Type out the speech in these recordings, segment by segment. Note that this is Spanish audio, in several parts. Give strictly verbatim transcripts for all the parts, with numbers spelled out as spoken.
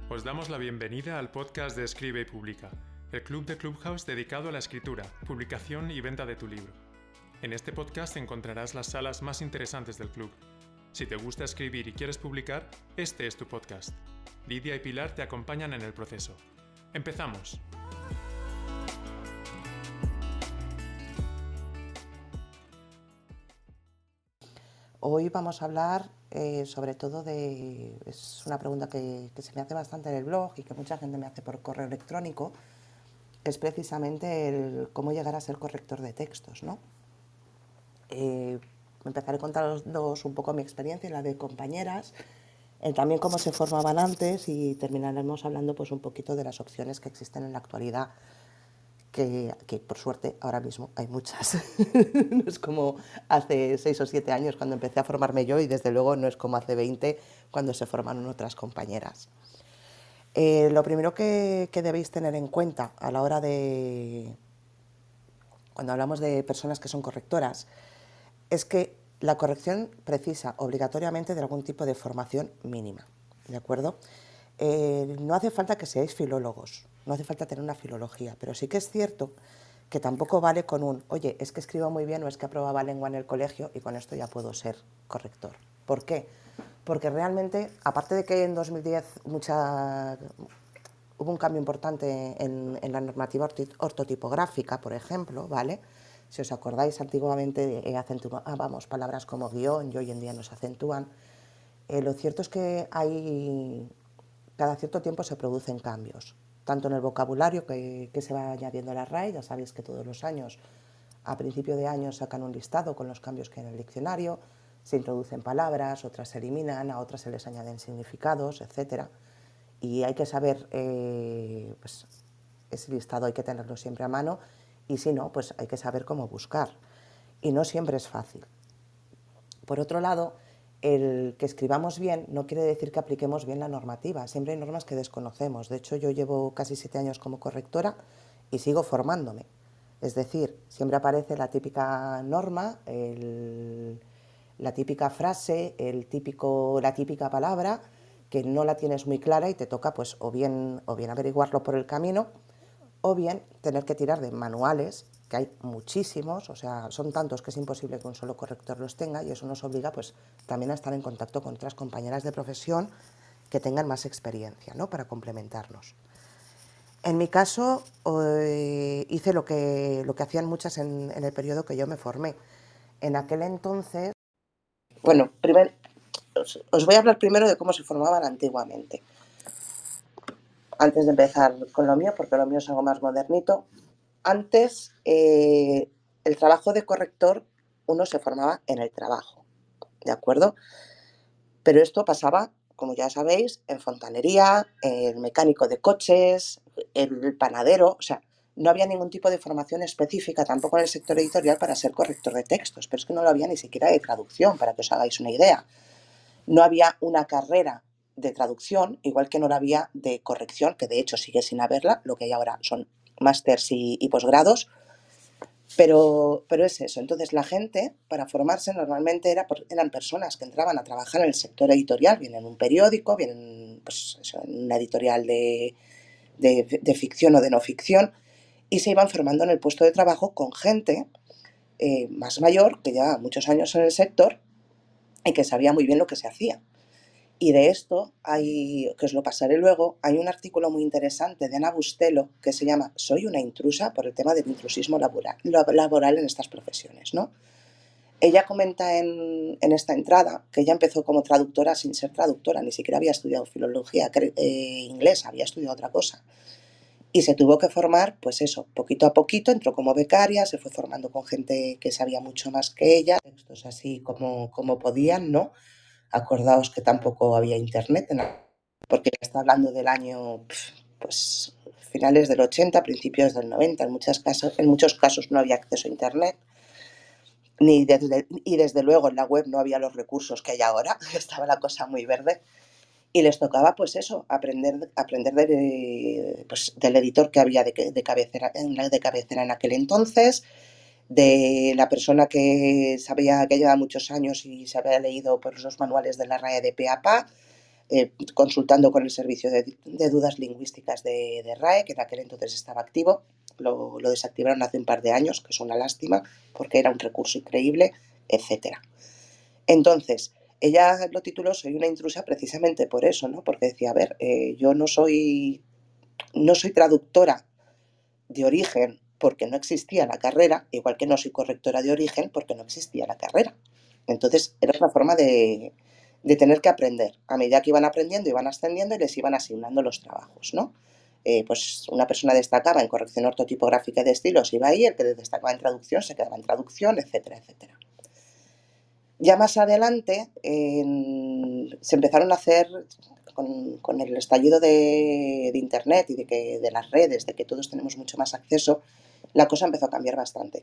Os damos la bienvenida al podcast de Escribe y Publica, el club de Clubhouse dedicado a la escritura, publicación y venta de tu libro. En este podcast encontrarás las salas más interesantes del club. Si te gusta escribir y quieres publicar, este es tu podcast. Lidia y Pilar te acompañan en el proceso. ¡Empezamos! Hoy vamos a hablar eh, sobre todo de, es una pregunta que, que se me hace bastante en el blog y que mucha gente me hace por correo electrónico, que es precisamente el cómo llegar a ser corrector de textos, ¿no? Eh, empezaré contándoos un poco mi experiencia y la de compañeras, eh, también cómo se formaban antes y terminaremos hablando pues un poquito de las opciones que existen en la actualidad. Que, que por suerte ahora mismo hay muchas. No es como hace seis o siete años cuando empecé a formarme yo y desde luego no es como hace veinte cuando se formaron otras compañeras. Eh, lo primero que, que debéis tener en cuenta a la hora de, cuando hablamos de personas que son correctoras, es que la corrección precisa obligatoriamente de algún tipo de formación mínima, ¿de acuerdo? Eh, no hace falta que seáis filólogos, no hace falta tener una filología, pero sí que es cierto que tampoco vale con un, oye, es que escribo muy bien o es que aprobaba lengua en el colegio y con esto ya puedo ser corrector. ¿Por qué? Porque realmente, aparte de que en dos mil diez mucha, hubo un cambio importante en, en la normativa ortotipográfica, por ejemplo, ¿vale? Si os acordáis, antiguamente eh, acentuábamos palabras como guión y hoy en día nos acentúan. Eh, lo cierto es que hay, cada cierto tiempo se producen cambios, tanto en el vocabulario que, que se va añadiendo a la R A E, ya sabéis que todos los años, a principio de año, sacan un listado con los cambios que hay en el diccionario, se introducen palabras, otras se eliminan, a otras se les añaden significados, etcétera. Y hay que saber, eh, pues ese listado hay que tenerlo siempre a mano y si no, pues hay que saber cómo buscar. Y no siempre es fácil. Por otro lado, el que escribamos bien no quiere decir que apliquemos bien la normativa. Siempre hay normas que desconocemos. De hecho, yo llevo casi siete años como correctora y sigo formándome. Es decir, siempre aparece la típica norma, el, la típica frase, el típico, la típica palabra que no la tienes muy clara y te toca pues o bien, o bien averiguarlo por el camino o bien tener que tirar de manuales, que hay muchísimos, o sea, son tantos que es imposible que un solo corrector los tenga y eso nos obliga pues también a estar en contacto con otras compañeras de profesión que tengan más experiencia, ¿no? Para complementarnos. En mi caso, eh, hice lo que, lo que hacían muchas en, en el periodo que yo me formé. En aquel entonces... Bueno, primer, os, os voy a hablar primero de cómo se formaban antiguamente. Antes de empezar con lo mío, porque lo mío es algo más modernito. Antes, eh, el trabajo de corrector, uno se formaba en el trabajo, ¿de acuerdo? Pero esto pasaba, como ya sabéis, en fontanería, el mecánico de coches, el panadero, o sea, no había ningún tipo de formación específica tampoco en el sector editorial para ser corrector de textos, pero es que no lo había ni siquiera de traducción, para que os hagáis una idea. No había una carrera de traducción, igual que no la había de corrección, que de hecho sigue sin haberla, lo que hay ahora son másters y, y posgrados, pero, pero es eso. Entonces la gente, para formarse, normalmente era, eran personas que entraban a trabajar en el sector editorial, bien en un periódico, bien en, pues, eso, en una editorial de, de, de ficción o de no ficción, y se iban formando en el puesto de trabajo con gente eh, más mayor, que llevaba muchos años en el sector y que sabía muy bien lo que se hacía. Y de esto, hay, que os lo pasaré luego, hay un artículo muy interesante de Ana Bustelo que se llama Soy una intrusa, por el tema del intrusismo laboral, laboral en estas profesiones, ¿no? Ella comenta en, en esta entrada que ella empezó como traductora sin ser traductora, ni siquiera había estudiado filología eh, inglesa, había estudiado otra cosa. Y se tuvo que formar, pues eso, poquito a poquito, entró como becaria, se fue formando con gente que sabía mucho más que ella, textos así como, como podían, ¿no? Acordaos que tampoco había internet, porque está hablando del año, pues, finales del ochenta, principios del noventa. En, muchas casos, en muchos casos no había acceso a internet, ni desde, y desde luego en la web no había los recursos que hay ahora, estaba la cosa muy verde. Y les tocaba, pues eso, aprender, aprender de, pues, del editor que había de, de, cabecera, de cabecera en aquel entonces, de la persona que sabía que llevaba muchos años y se había leído pues, los manuales de la R A E de pe a pa, eh, consultando con el servicio de, de dudas lingüísticas de, de R A E, que en aquel entonces estaba activo. Lo, lo desactivaron hace un par de años, que es una lástima, porque era un recurso increíble, etcétera. Entonces, ella lo tituló Soy una intrusa precisamente por eso, ¿no? Porque decía, a ver, eh, yo no soy, no soy traductora de origen porque no existía la carrera, igual que no soy correctora de origen porque no existía la carrera. Entonces, era una forma de, de tener que aprender. A medida que iban aprendiendo, iban ascendiendo y les iban asignando los trabajos, ¿no? Eh, pues una persona destacaba en corrección ortotipográfica de estilos, iba ahí, el que destacaba en traducción se quedaba en traducción, etcétera, etcétera. Ya más adelante eh, se empezaron a hacer, con, con el estallido de, de Internet y de, que, de las redes, de que todos tenemos mucho más acceso, la cosa empezó a cambiar bastante.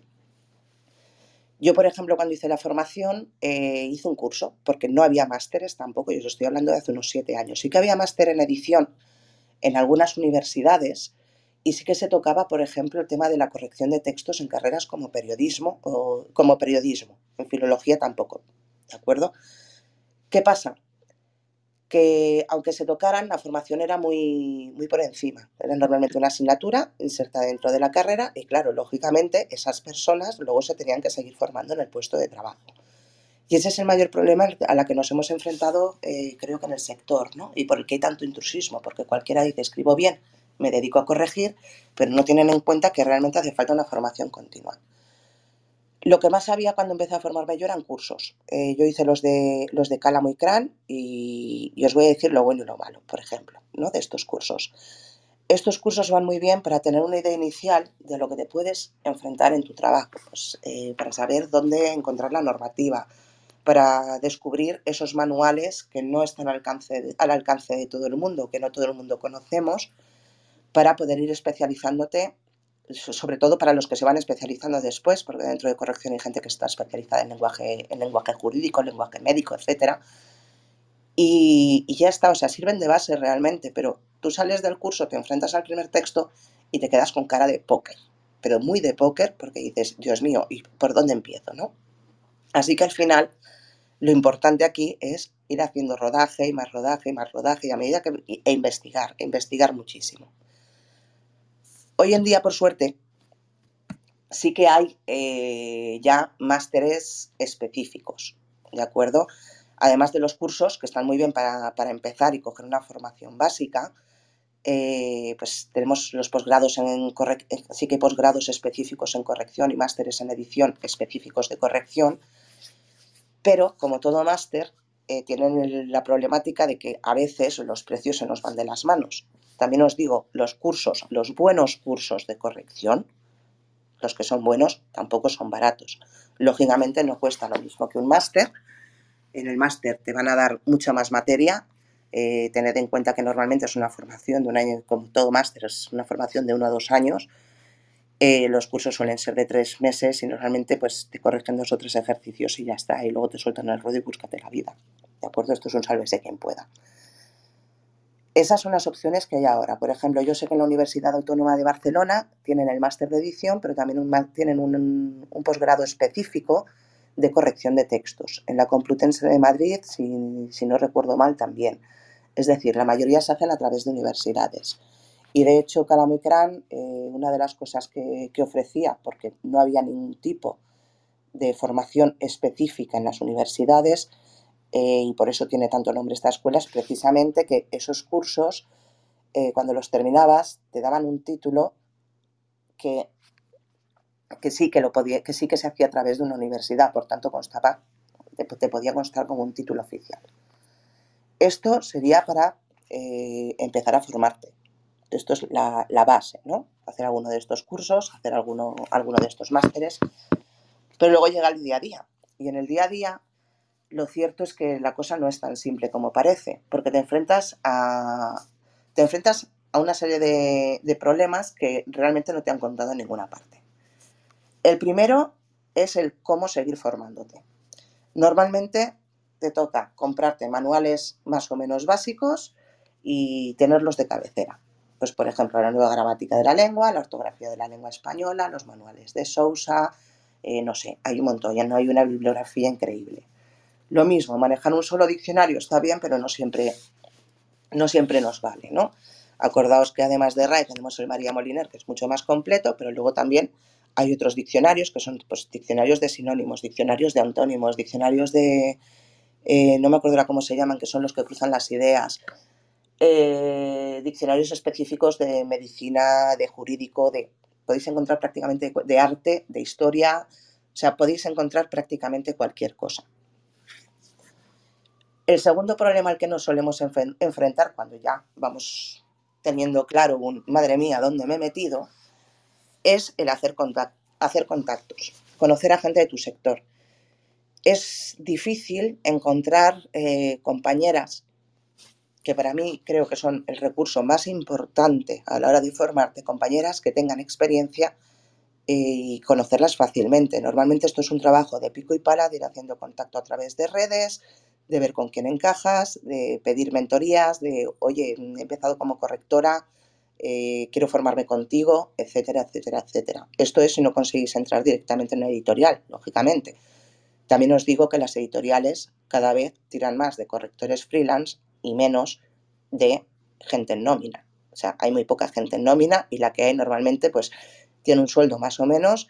Yo, por ejemplo, cuando hice la formación, eh, hice un curso, porque no había másteres tampoco, yo os estoy hablando de hace unos siete años. Sí que había máster en edición en algunas universidades y sí que se tocaba, por ejemplo, el tema de la corrección de textos en carreras como periodismo o como periodismo, en filología tampoco, ¿de acuerdo? ¿Qué pasa? Que aunque se tocaran, la formación era muy, muy por encima. Era normalmente una asignatura insertada dentro de la carrera y, claro, lógicamente, esas personas luego se tenían que seguir formando en el puesto de trabajo. Y ese es el mayor problema a la que nos hemos enfrentado, eh, creo que en el sector, ¿no? Y por el que hay tanto intrusismo, porque cualquiera dice, escribo bien, me dedico a corregir, pero no tienen en cuenta que realmente hace falta una formación continua. Lo que más había cuando empecé a formarme yo eran cursos. Eh, yo hice los de, los de Cálamo y Cran y, y os voy a decir lo bueno y lo malo, por ejemplo, ¿no? De estos cursos. Estos cursos van muy bien para tener una idea inicial de lo que te puedes enfrentar en tu trabajo, pues, eh, para saber dónde encontrar la normativa, para descubrir esos manuales que no están al alcance, de, al alcance de todo el mundo, que no todo el mundo conocemos, para poder ir especializándote, sobre todo para los que se van especializando después, porque dentro de corrección hay gente que está especializada en lenguaje, en lenguaje jurídico, en lenguaje médico, etcétera. Y, y ya está, o sea, sirven de base realmente, pero tú sales del curso, te enfrentas al primer texto y te quedas con cara de póker, pero muy de póker, porque dices, Dios mío, ¿y por dónde empiezo, no? Así que al final, lo importante aquí es ir haciendo rodaje y más rodaje y más rodaje y a medida que e investigar, e investigar muchísimo. Hoy en día, por suerte, sí que hay eh, ya másteres específicos, ¿de acuerdo? Además de los cursos, que están muy bien para, para empezar y coger una formación básica, eh, pues tenemos los posgrados en corrección, sí que hay posgrados específicos en corrección y másteres en edición específicos de corrección, pero como todo máster, eh, tienen el, la problemática de que a veces los precios se nos van de las manos. También os digo, los cursos, los buenos cursos de corrección, los que son buenos, tampoco son baratos. Lógicamente no cuesta lo mismo que un máster. En el máster te van a dar mucha más materia. Eh, tened en cuenta que normalmente es una formación de un año, como todo máster, es una formación de uno a dos años. Eh, los cursos suelen ser de tres meses y normalmente pues te corrigen dos o tres ejercicios y ya está. Y luego te sueltan el ruedo y búscate la vida. ¿De acuerdo? Esto es un sálvese quien pueda. Esas son las opciones que hay ahora. Por ejemplo, yo sé que en la Universidad Autónoma de Barcelona tienen el máster de edición, pero también un, tienen un, un posgrado específico de corrección de textos. En la Complutense de Madrid, si, si no recuerdo mal, también. Es decir, la mayoría se hacen a través de universidades. Y de hecho, Cálamo y Cran, eh, una de las cosas que, que ofrecía, porque no había ningún tipo de formación específica en las universidades, eh, y por eso tiene tanto nombre esta escuela, es precisamente que esos cursos, eh, cuando los terminabas, te daban un título que, que, sí que, lo podía, que sí que se hacía a través de una universidad, por tanto constaba, te, te podía constar como un título oficial. Esto sería para eh, empezar a formarte. Esto es la, la base, ¿no? Hacer alguno de estos cursos, hacer alguno, alguno de estos másteres, pero luego llega el día a día. Y en el día a día, lo cierto es que la cosa no es tan simple como parece, porque te enfrentas a, te enfrentas a una serie de, de problemas que realmente no te han contado en ninguna parte. El primero es el cómo seguir formándote. Normalmente te toca comprarte manuales más o menos básicos y tenerlos de cabecera. Pues, por ejemplo, la nueva gramática de la lengua, la ortografía de la lengua española, los manuales de Sousa, eh, no sé, hay un montón, ya no hay una bibliografía increíble. Lo mismo, manejar un solo diccionario está bien, pero no siempre, no siempre nos vale, ¿no? Acordaos que además de R A E tenemos el María Moliner, que es mucho más completo, pero luego también hay otros diccionarios que son pues, diccionarios de sinónimos, diccionarios de antónimos, diccionarios de... Eh, no me acuerdo ahora cómo se llaman, que son los que cruzan las ideas. Eh, diccionarios específicos de medicina, de jurídico, de... Podéis encontrar prácticamente de arte, de historia, o sea, podéis encontrar prácticamente cualquier cosa. El segundo problema al que nos solemos enf- enfrentar cuando ya vamos teniendo claro, un, madre mía, ¿dónde me he metido? Es el hacer, contact- hacer contactos, conocer a gente de tu sector. Es difícil encontrar eh, compañeras que para mí creo que son el recurso más importante a la hora de informarte, compañeras que tengan experiencia y conocerlas fácilmente. Normalmente esto es un trabajo de pico y pala, de ir haciendo contacto a través de redes, de ver con quién encajas, de pedir mentorías, de, oye, he empezado como correctora, eh, quiero formarme contigo, etcétera, etcétera, etcétera. Esto es si no conseguís entrar directamente en una editorial, lógicamente. También os digo que las editoriales cada vez tiran más de correctores freelance y menos de gente en nómina. O sea, hay muy poca gente en nómina y la que hay normalmente pues tiene un sueldo más o menos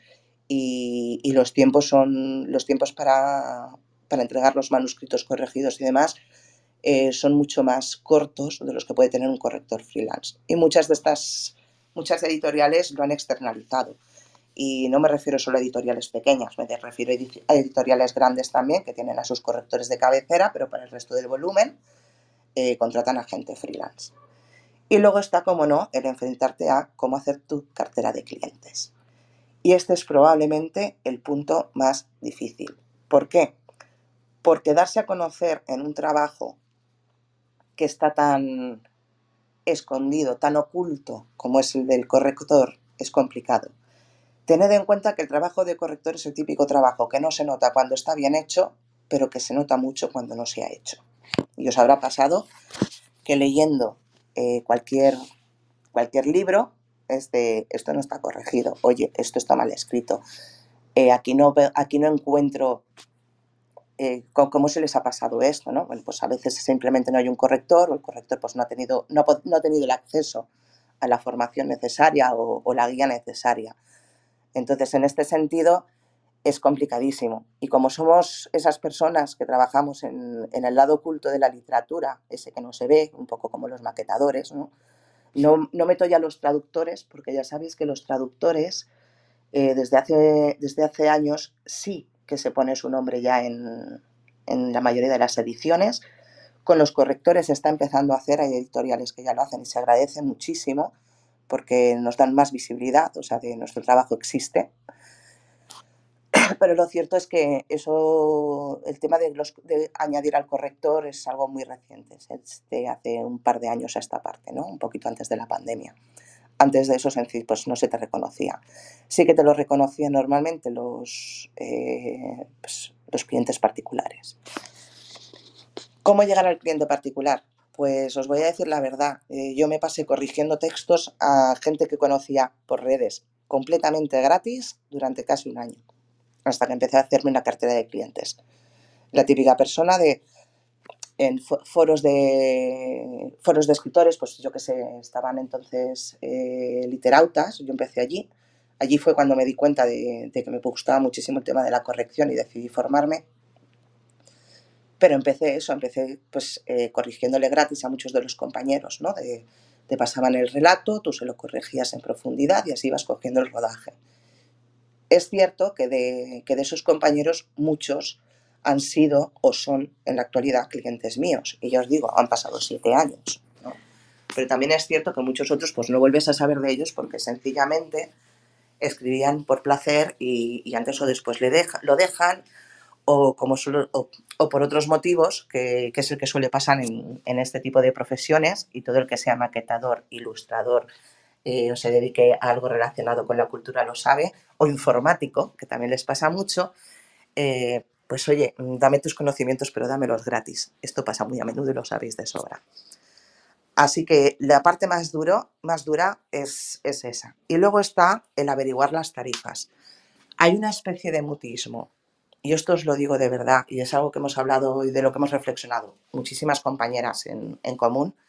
y, y los tiempos son los tiempos para, para entregar los manuscritos corregidos y demás eh, son mucho más cortos de los que puede tener un corrector freelance. Y muchas de estas, muchas editoriales lo han externalizado. Y no me refiero solo a editoriales pequeñas, me refiero a editoriales grandes también que tienen a sus correctores de cabecera, pero para el resto del volumen eh, contratan a gente freelance. Y luego está, como no, el enfrentarte a cómo hacer tu cartera de clientes. Y este es probablemente el punto más difícil. ¿Por qué? Porque darse a conocer en un trabajo que está tan escondido, tan oculto como es el del corrector, es complicado. Tened en cuenta que el trabajo de corrector es el típico trabajo que no se nota cuando está bien hecho, pero que se nota mucho cuando no se ha hecho. Y os habrá pasado que leyendo eh, cualquier, cualquier libro es de, esto no está corregido, oye, esto está mal escrito, eh, aquí, no, aquí no encuentro eh, cómo se les ha pasado esto, ¿no? Bueno, pues a veces simplemente no hay un corrector o el corrector pues no ha tenido, no, no ha tenido el acceso a la formación necesaria o, o la guía necesaria. Entonces, en este sentido, es complicadísimo. Y como somos esas personas que trabajamos en, en el lado oculto de la literatura, ese que no se ve, un poco como los maquetadores, ¿no? No, no meto ya los traductores, porque ya sabéis que los traductores, eh, desde, hace, desde hace años, sí que se pone su nombre ya en, en la mayoría de las ediciones. Con los correctores se está empezando a hacer, hay editoriales que ya lo hacen y se agradece muchísimo, porque nos dan más visibilidad, o sea, que nuestro trabajo existe. Pero lo cierto es que eso, el tema de, los, de añadir al corrector es algo muy reciente, es de hace un par de años a esta parte, ¿no? Un poquito antes de la pandemia. Antes de eso, pues no se te reconocía. Sí que te lo reconocían normalmente los, eh, pues, los clientes particulares. ¿Cómo llegar al cliente particular? Pues os voy a decir la verdad. Eh, yo me pasé corrigiendo textos a gente que conocía por redes completamente gratis durante casi un año, hasta que empecé a hacerme una cartera de clientes. La típica persona de en foros de foros de escritores, pues yo que sé, estaban entonces eh, literautas, yo empecé allí. Allí fue cuando me di cuenta de, de que me gustaba muchísimo el tema de la corrección y decidí formarme. Pero empecé eso, empecé pues eh, corrigiéndole gratis a muchos de los compañeros, ¿no? De, te pasaban el relato, tú se lo corregías en profundidad y así ibas cogiendo el rodaje. Es cierto que de, que de esos compañeros muchos han sido o son en la actualidad clientes míos. Y ya os digo, han pasado siete años, ¿no? Pero también es cierto que muchos otros pues no vuelves a saber de ellos porque sencillamente escribían por placer y, y antes o después le deja, lo dejan o, como suelo, o, o por otros motivos, que, que es el que suele pasar en, en este tipo de profesiones, y todo el que sea maquetador, ilustrador, eh, o se dedique a algo relacionado con la cultura lo sabe, o informático, que también les pasa mucho, eh, pues oye, dame tus conocimientos, pero dámelos gratis. Esto pasa muy a menudo y lo sabéis de sobra. Así que la parte más, duro, más dura es, es esa. Y luego está el averiguar las tarifas. Hay una especie de mutismo, y esto os lo digo de verdad, y es algo que hemos hablado y de lo que hemos reflexionado muchísimas compañeras en, en común,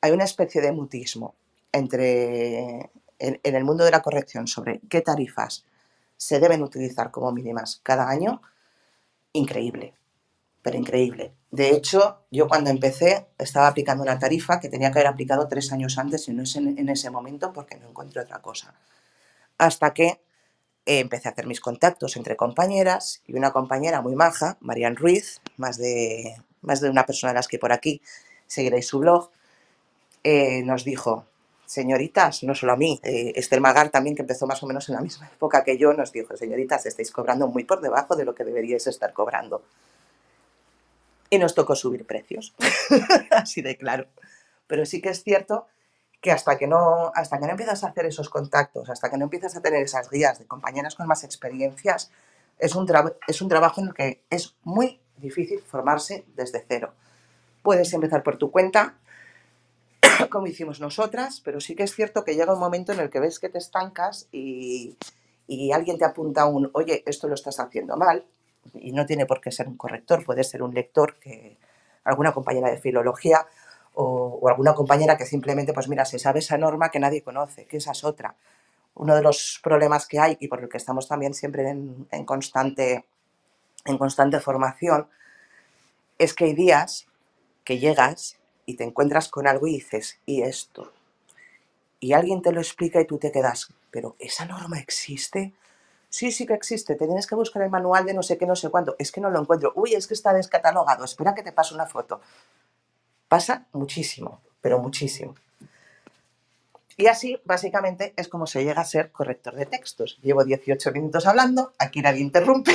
hay una especie de mutismo entre, en, en el mundo de la corrección sobre qué tarifas se deben utilizar como mínimas cada año, increíble, pero increíble. De hecho, yo cuando empecé estaba aplicando una tarifa que tenía que haber aplicado tres años antes y no es en, en ese momento porque no encontré otra cosa. Hasta que eh, empecé a hacer mis contactos entre compañeras y una compañera muy maja, Marian Ruiz, más de, más de una persona de las que por aquí seguiréis su blog, eh, nos dijo, señoritas, no solo a mí, eh, Esther Magar también, que empezó más o menos en la misma época que yo, nos dijo, señoritas, estáis cobrando muy por debajo de lo que deberíais estar cobrando. Y nos tocó subir precios, así de claro. Pero sí que es cierto que hasta que, no, hasta que no empiezas a hacer esos contactos, hasta que no empiezas a tener esas guías de compañeras con más experiencias, es un, tra- es un trabajo en el que es muy difícil formarse desde cero. Puedes empezar por tu cuenta, como hicimos nosotras, pero sí que es cierto que llega un momento en el que ves que te estancas y, y alguien te apunta un, oye, esto lo estás haciendo mal, y no tiene por qué ser un corrector, puede ser un lector, que alguna compañera de filología o, o alguna compañera que simplemente, pues mira, se sabe esa norma que nadie conoce, que esa es otra. Uno de los problemas que hay y por el que estamos también siempre en, en, constante, en constante formación es que hay días que llegas y te encuentras con algo y dices, ¿y esto? Y alguien te lo explica y tú te quedas, ¿pero esa norma existe? Sí, sí que existe, te tienes que buscar el manual de no sé qué, no sé cuánto. Es que no lo encuentro. Uy, es que está descatalogado, espera que te paso una foto. Pasa muchísimo, pero muchísimo. Y así, básicamente, es como se llega a ser corrector de textos. Llevo dieciocho minutos hablando, aquí nadie interrumpe.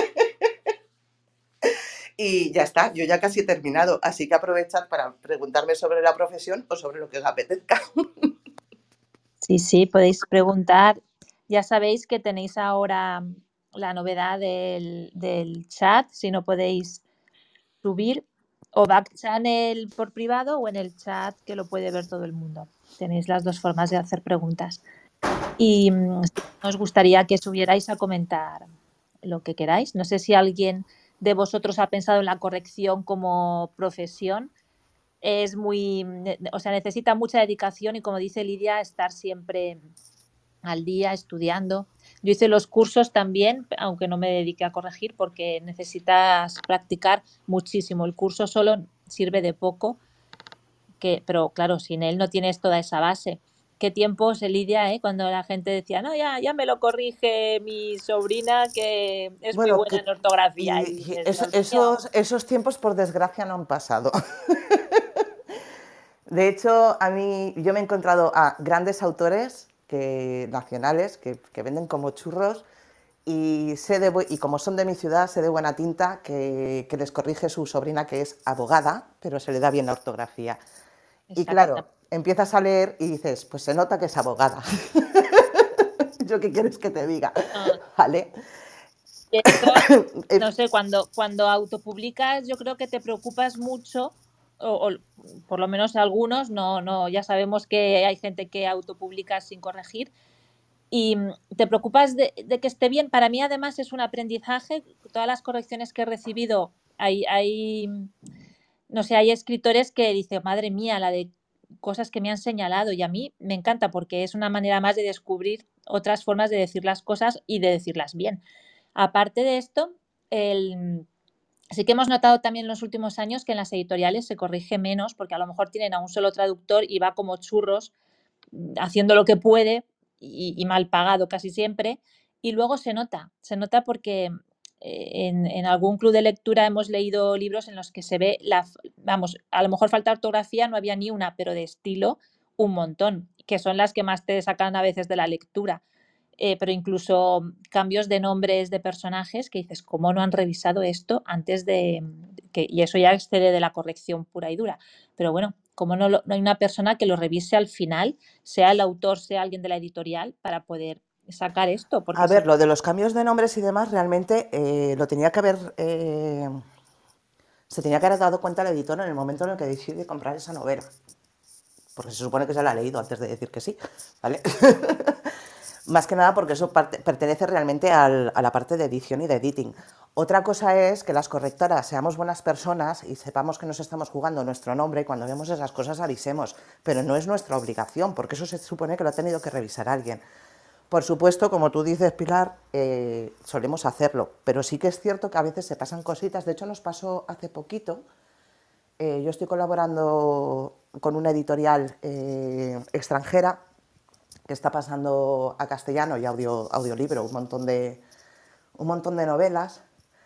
Y ya está, yo ya casi he terminado. Así que aprovechad para preguntarme sobre la profesión o sobre lo que os apetezca. Sí, sí, podéis preguntar. Ya sabéis que tenéis ahora la novedad del, del chat, si no podéis subir o back channel por privado o en el chat que lo puede ver todo el mundo. Tenéis las dos formas de hacer preguntas. Y mm, sí, nos gustaría que subierais a comentar lo que queráis. No sé si alguien de vosotros ha pensado en la corrección como profesión. Es muy, ne- o sea, necesita mucha dedicación y, como dice Lidia, estar siempre al día estudiando. Yo hice los cursos también, aunque no me dediqué a corregir, porque necesitas practicar muchísimo. El curso solo sirve de poco, que, pero claro, sin él no tienes toda esa base. Qué tiempos, Lidia, ¿eh? Cuando la gente decía, no, ya, ya me lo corrige mi sobrina, que es muy Bueno, buena que, en ortografía. y, Y y dices, eso, Dios mío. esos, esos tiempos, por desgracia, no han pasado. De hecho, a mí, yo me he encontrado a grandes autores que, nacionales que, que venden como churros y, sé de, y como son de mi ciudad, sé de buena tinta que, que les corrige su sobrina, que es abogada, pero se le da bien la ortografía. Y claro, Exacto. empiezas a leer y dices, pues se nota que es abogada. ¿Yo qué quieres que te diga? No, ¿Vale? esto, Eh, no sé, cuando, cuando autopublicas, yo creo que te preocupas mucho, o, o por lo menos algunos, no, no, ya sabemos que hay gente que autopublica sin corregir, y mm, te preocupas de, de que esté bien. Para mí, además, es un aprendizaje. Todas las correcciones que he recibido, hay, hay, no sé, hay escritores que dicen, madre mía, la de cosas que me han señalado, y a mí me encanta porque es una manera más de descubrir otras formas de decir las cosas y de decirlas bien. Aparte de esto, el, sí que hemos notado también en los últimos años que en las editoriales se corrige menos porque a lo mejor tienen a un solo traductor y va como churros haciendo lo que puede y, y mal pagado casi siempre. Y luego se nota, se nota porque eh, en, en, algún club de lectura hemos leído libros en los que se ve, la, vamos, a lo mejor falta ortografía, no había ni una, pero de estilo un montón, que son las que más te sacan a veces de la lectura. Eh, pero incluso cambios de nombres de personajes que dices, ¿cómo no han revisado esto antes de que, y eso ya excede de la corrección pura y dura? Pero bueno, como no, lo, no hay una persona que lo revise al final, sea el autor, sea alguien de la editorial, para poder sacar esto. Porque a ver, si... lo de los cambios de nombres y demás, realmente eh, lo tenía que haber... Eh, se tenía que haber dado cuenta el editor en el momento en el que decide comprar esa novela. Porque se supone que se la ha leído antes de decir que sí, ¿vale? Más que nada porque eso parte, pertenece realmente al, a la parte de edición y de editing. Otra cosa es que las correctoras seamos buenas personas y sepamos que nos estamos jugando nuestro nombre y cuando vemos esas cosas avisemos, pero no es nuestra obligación, porque eso se supone que lo ha tenido que revisar alguien. Por supuesto, como tú dices, Pilar, eh, solemos hacerlo, pero sí que es cierto que a veces se pasan cositas. De hecho, nos pasó hace poquito. Eh, yo estoy colaborando con una editorial eh, extranjera que está pasando a castellano y audio, audiolibro un montón de, un montón de novelas.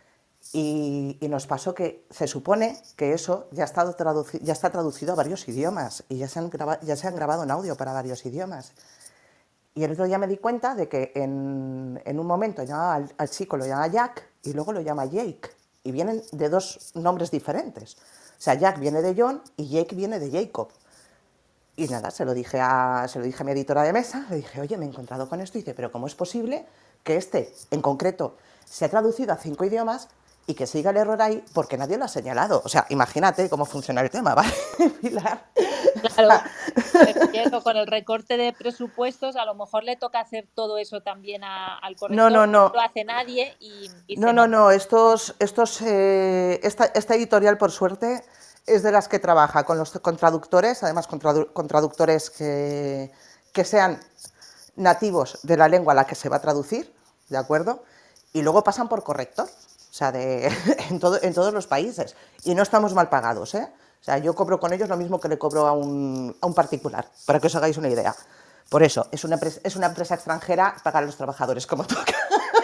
Y, y nos pasó que se supone que eso ya, ha estado traduci ya está traducido a varios idiomas y ya se, han ya se han grabado en audio para varios idiomas. Y el otro día me di cuenta de que en, en un momento llamaba al, al chico, lo llama Jack y luego lo llama Jake. Y vienen de dos nombres diferentes. O sea, Jack viene de John y Jake viene de Jacob. Y nada, se lo dije a, se lo dije a mi editora de mesa, le dije, oye, me he encontrado con esto. Y dice, pero ¿cómo es posible que este, en concreto, se ha traducido a cinco idiomas y que siga el error ahí porque nadie lo ha señalado? O sea, imagínate cómo funciona el tema, ¿vale, Pilar? Claro, pero con el recorte de presupuestos a lo mejor le toca hacer todo eso también a, al corrector, no, no, no. no lo hace nadie y, y No, se no, nota. no, estos, estos, eh, esta, esta editorial, por suerte, es de las que trabaja con, los, con traductores, además con, tradu con traductores que, que sean nativos de la lengua a la que se va a traducir, ¿de acuerdo? Y luego pasan por corrector, o sea, de, en, todo, en todos los países. Y no estamos mal pagados, ¿eh? O sea, yo cobro con ellos lo mismo que le cobro a un, a un particular, para que os hagáis una idea. Por eso, es una, es una empresa extranjera para a los trabajadores, como toca.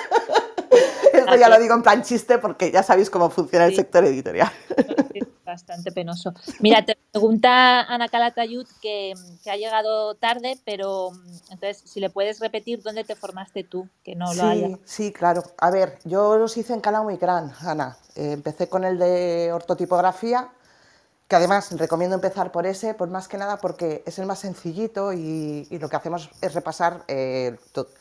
Esto ya lo digo en plan chiste porque ya sabéis cómo funciona el Sí. sector editorial. Sí, bastante penoso. Mira, te pregunta Ana Calatayud que, que ha llegado tarde, pero entonces si le puedes repetir dónde te formaste tú, que no sí, lo haya. Sí, claro. A ver, yo los hice en Calao y Gran, Ana. Eh, empecé con el de ortotipografía, que además recomiendo empezar por ese, por más que nada porque es el más sencillito y, y lo que hacemos es repasar, eh,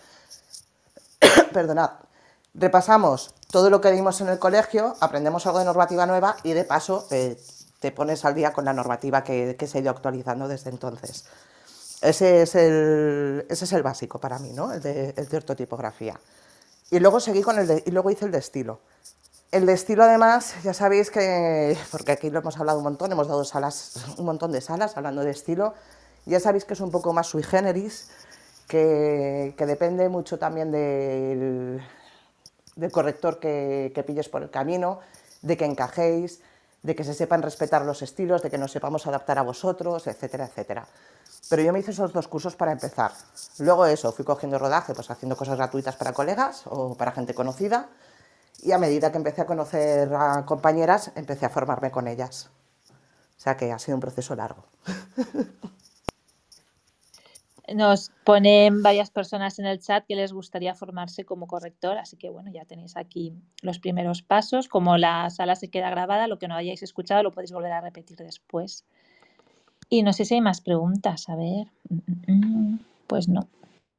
perdonad, repasamos todo lo que vimos en el colegio, aprendemos algo de normativa nueva y de paso eh, te pones al día con la normativa que, que se ha ido actualizando desde entonces. Ese es el, ese es el básico para mí, ¿no? El de, el de ortotipografía. Y luego seguí con el de, y luego hice el de estilo. El de estilo, además, ya sabéis que, porque aquí lo hemos hablado un montón, hemos dado salas, un montón de salas hablando de estilo, ya sabéis que es un poco más sui generis, que, que depende mucho también del, del corrector que, que pilles por el camino, de que encajéis, de que se sepan respetar los estilos, de que nos sepamos adaptar a vosotros, etcétera, etcétera. Pero yo me hice esos dos cursos para empezar. Luego eso, fui cogiendo rodaje, pues haciendo cosas gratuitas para colegas o para gente conocida, y a medida que empecé a conocer a compañeras, empecé a formarme con ellas. O sea que ha sido un proceso largo. Nos ponen varias personas en el chat que les gustaría formarse como corrector, así que bueno, ya tenéis aquí los primeros pasos. Como la sala se queda grabada, lo que no hayáis escuchado lo podéis volver a repetir después. Y no sé si hay más preguntas, a ver. Pues no.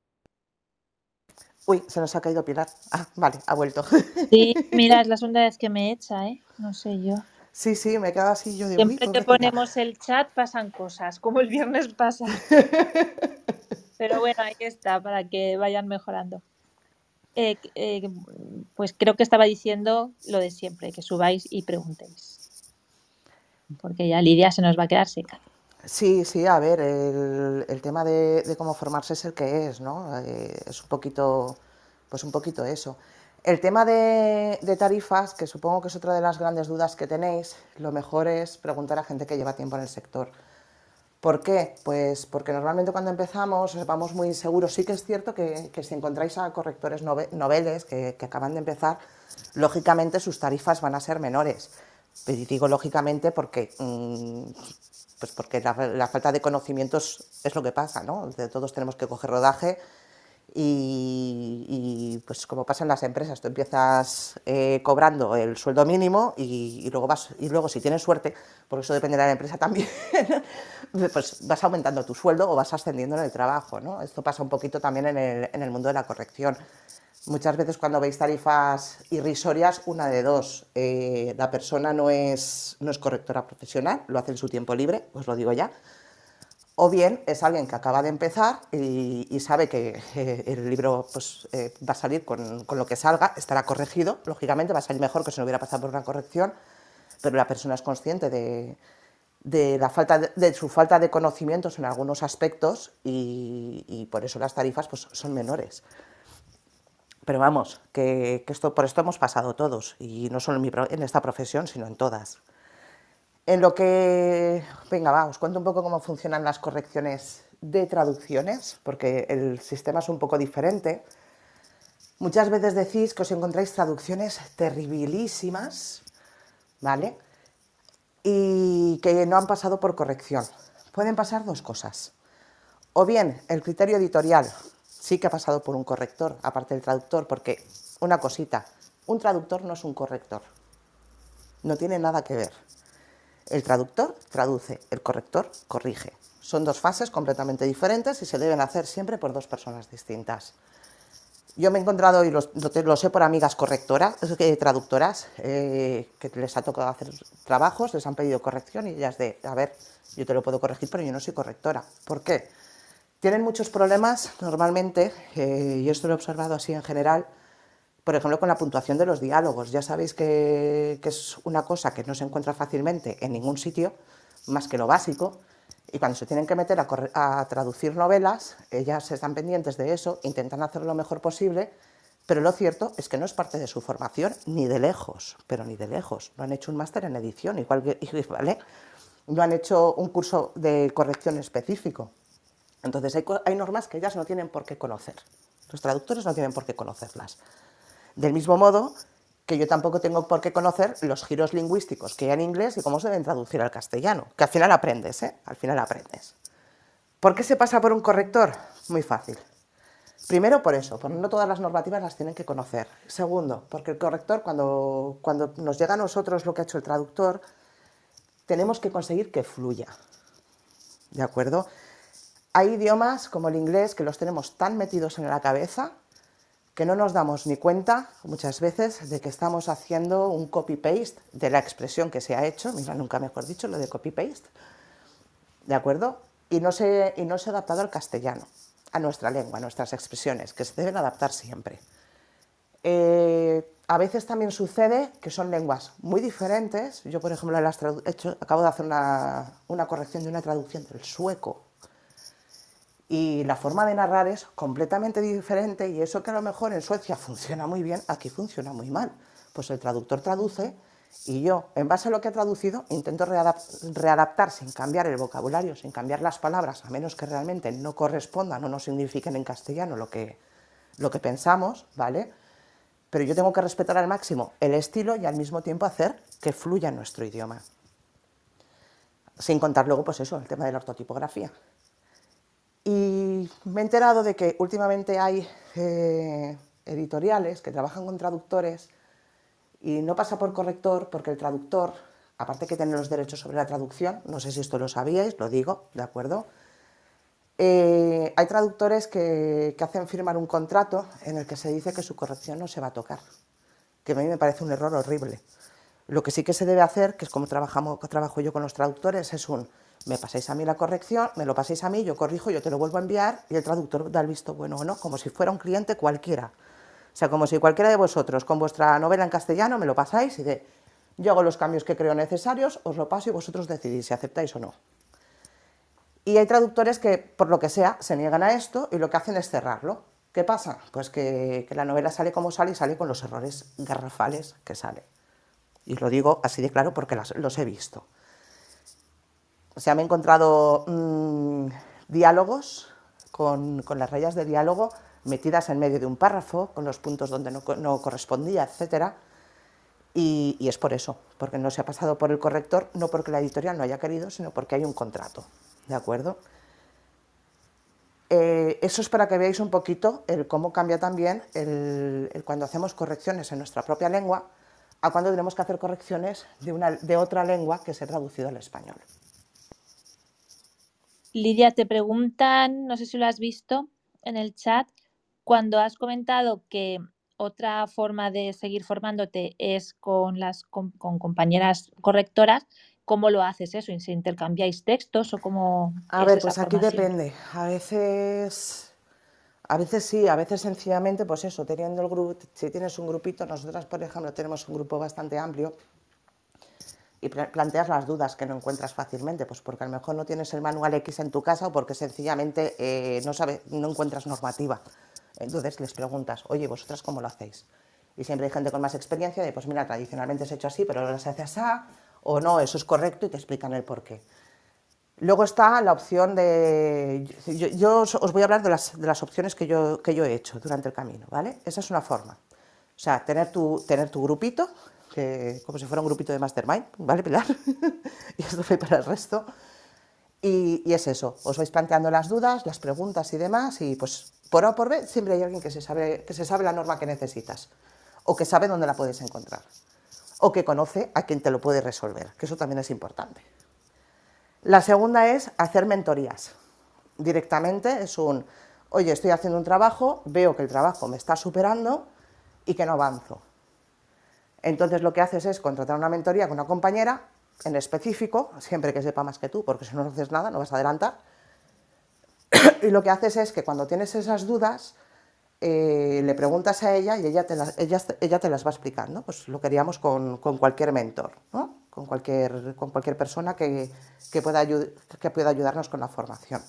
Uy, se nos ha caído Pilar. Ah, vale, ha vuelto. Sí, mira, es la segunda vez que me echa, ¿eh? No sé yo. Sí, sí, me quedo así yo de Siempre uy, que ponemos el chat pasan cosas, como el viernes pasado. Pero bueno, ahí está, para que vayan mejorando. Eh, eh, pues creo que estaba diciendo lo de siempre, que subáis y preguntéis. Porque ya Lidia se nos va a quedar seca. Sí, sí, a ver, el, el tema de, de cómo formarse es el que es, ¿no? Eh, es un poquito, pues un poquito eso. El tema de, de tarifas, que supongo que es otra de las grandes dudas que tenéis, lo mejor es preguntar a gente que lleva tiempo en el sector. ¿Por qué? Pues porque normalmente cuando empezamos vamos muy seguros. Sí que es cierto que, que si encontráis a correctores nove, noveles que, que acaban de empezar, lógicamente sus tarifas van a ser menores. Pero digo lógicamente porque, mmm, pues porque la, la falta de conocimientos es lo que pasa, ¿no? De todos tenemos que coger rodaje y, y pues como pasa en las empresas, tú empiezas eh, cobrando el sueldo mínimo y, y, luego vas, y luego si tienes suerte, porque eso depende de la empresa también, pues vas aumentando tu sueldo o vas ascendiendo en el trabajo, ¿no? Esto pasa un poquito también en el, en el mundo de la corrección. Muchas veces cuando veis tarifas irrisorias, una de dos, eh, la persona no es, no es correctora profesional, lo hace en su tiempo libre, os lo digo ya, O bien es alguien que acaba de empezar y, y sabe que eh, el libro pues, eh, va a salir con, con lo que salga, estará corregido, lógicamente va a salir mejor que si no hubiera pasado por una corrección, pero la persona es consciente de, de, la falta de, de su falta de conocimientos en algunos aspectos y, y por eso las tarifas pues, son menores. Pero vamos, que, que esto, por esto hemos pasado todos, y no solo en, mi, en esta profesión, sino en todas. En lo que... Venga, va, os cuento un poco cómo funcionan las correcciones de traducciones, porque el sistema es un poco diferente. Muchas veces decís que os encontráis traducciones terribilísimas, ¿vale? Y que no han pasado por corrección. Pueden pasar dos cosas. O bien, el criterio editorial sí que ha pasado por un corrector, aparte del traductor, porque, una cosita, un traductor no es un corrector. No tiene nada que ver. El traductor traduce, el corrector corrige. Son dos fases completamente diferentes y se deben hacer siempre por dos personas distintas. Yo me he encontrado, y lo, lo, lo sé por amigas correctoras, eh, traductoras, eh, que les ha tocado hacer trabajos, les han pedido corrección y ellas de, a ver, yo te lo puedo corregir, pero yo no soy correctora. ¿Por qué? Tienen muchos problemas normalmente, eh, y esto lo he observado así en general, por ejemplo, con la puntuación de los diálogos. Ya sabéis que, que es una cosa que no se encuentra fácilmente en ningún sitio, más que lo básico, y cuando se tienen que meter a, a traducir novelas, ellas están pendientes de eso, intentan hacerlo lo mejor posible, pero lo cierto es que no es parte de su formación, ni de lejos, pero ni de lejos. No han hecho un máster en edición, igual que, ¿vale? No han hecho un curso de corrección específico. Entonces hay, hay normas que ellas no tienen por qué conocer. Los traductores no tienen por qué conocerlas. Del mismo modo que yo tampoco tengo por qué conocer los giros lingüísticos que hay en inglés y cómo se deben traducir al castellano, que al final aprendes, ¿eh? Al final aprendes. ¿Por qué se pasa por un corrector? Muy fácil. Primero por eso, porque no todas las normativas las tienen que conocer. Segundo, porque el corrector, cuando, cuando nos llega a nosotros lo que ha hecho el traductor, tenemos que conseguir que fluya. ¿De acuerdo? Hay idiomas como el inglés que los tenemos tan metidos en la cabeza que no nos damos ni cuenta muchas veces de que estamos haciendo un copy-paste de la expresión que se ha hecho, mira, nunca mejor dicho, lo de copy-paste, ¿de acuerdo? Y no, se, y no se ha adaptado al castellano, a nuestra lengua, a nuestras expresiones, que se deben adaptar siempre. Eh, a veces también sucede que son lenguas muy diferentes. Yo, por ejemplo, las hecho, acabo de hacer una, una corrección de una traducción del sueco, y la forma de narrar es completamente diferente, y eso que a lo mejor en Suecia funciona muy bien, aquí funciona muy mal. Pues el traductor traduce y yo, en base a lo que he traducido, intento readap readaptar sin cambiar el vocabulario, sin cambiar las palabras, a menos que realmente no correspondan o no signifiquen en castellano lo que, lo que pensamos, ¿vale? Pero yo tengo que respetar al máximo el estilo y al mismo tiempo hacer que fluya en nuestro idioma. Sin contar luego, pues eso, el tema de la ortotipografía. Y me he enterado de que últimamente hay eh, editoriales que trabajan con traductores y no pasa por corrector porque el traductor, aparte que tiene los derechos sobre la traducción, no sé si esto lo sabíais, lo digo, ¿de acuerdo? Eh, hay traductores que, que hacen firmar un contrato en el que se dice que su corrección no se va a tocar, que a mí me parece un error horrible. Lo que sí que se debe hacer, que es como trabajamos, trabajo yo con los traductores, es un... me pasáis a mí la corrección, me lo pasáis a mí, yo corrijo, yo te lo vuelvo a enviar y el traductor da el visto bueno o no, como si fuera un cliente cualquiera. O sea, como si cualquiera de vosotros con vuestra novela en castellano me lo pasáis y de, yo hago los cambios que creo necesarios, os lo paso y vosotros decidís si aceptáis o no. Y hay traductores que, por lo que sea, se niegan a esto y lo que hacen es cerrarlo. ¿Qué pasa? Pues que, que la novela sale como sale y sale con los errores garrafales que sale. Y os lo digo así de claro porque las, los he visto. O sea, me he encontrado mmm, diálogos con, con las rayas de diálogo metidas en medio de un párrafo, con los puntos donde no, no correspondía, etcétera. Y, y es por eso, porque no se ha pasado por el corrector, no porque la editorial no haya querido, sino porque hay un contrato, ¿de acuerdo? Eh, eso es para que veáis un poquito el cómo cambia también el, el cuando hacemos correcciones en nuestra propia lengua a cuando tenemos que hacer correcciones de, una, de otra lengua que se ha traducido al español. Lidia, te preguntan, no sé si lo has visto en el chat, cuando has comentado que otra forma de seguir formándote es con las con, con compañeras correctoras, ¿cómo lo haces eso? ¿Se intercambiáis textos o cómo A es ver, esa pues aquí formación? depende. A veces, a veces sí, a veces sencillamente, pues eso, teniendo el grupo, si tienes un grupito, nosotras, por ejemplo, tenemos un grupo bastante amplio y planteas las dudas que no encuentras fácilmente, pues porque a lo mejor no tienes el manual X en tu casa o porque sencillamente eh, no, sabe, no encuentras normativa. Entonces les preguntas, oye, ¿vosotras cómo lo hacéis? Y siempre hay gente con más experiencia de, pues mira, tradicionalmente se ha hecho así, pero ahora se hace así, o no, eso es correcto, y te explican el porqué. Luego está la opción de... Yo, yo os voy a hablar de las, de las opciones que yo, que yo he hecho durante el camino, ¿vale? Esa es una forma. O sea, tener tu, tener tu grupito, que, como si fuera un grupito de mastermind, ¿vale, Pilar? Y esto fue para el resto. Y, y es eso, os vais planteando las dudas, las preguntas y demás, y pues por A o por B siempre hay alguien que se sabe, que se sabe la norma que necesitas, o que sabe dónde la puedes encontrar, o que conoce a quien te lo puede resolver, que eso también es importante. La segunda es hacer mentorías. Directamente es un, oye, estoy haciendo un trabajo, veo que el trabajo me está superando y que no avanzo. Entonces lo que haces es contratar una mentoría con una compañera, en específico, siempre que sepa más que tú, porque si no, no haces nada, no vas a adelantar. Y lo que haces es que cuando tienes esas dudas, eh, le preguntas a ella y ella te, la, ella, ella te las va explicando. Pues lo queríamos con, con cualquier mentor, ¿no? Con cualquier, con cualquier persona que, que, pueda que pueda ayudarnos con la formación.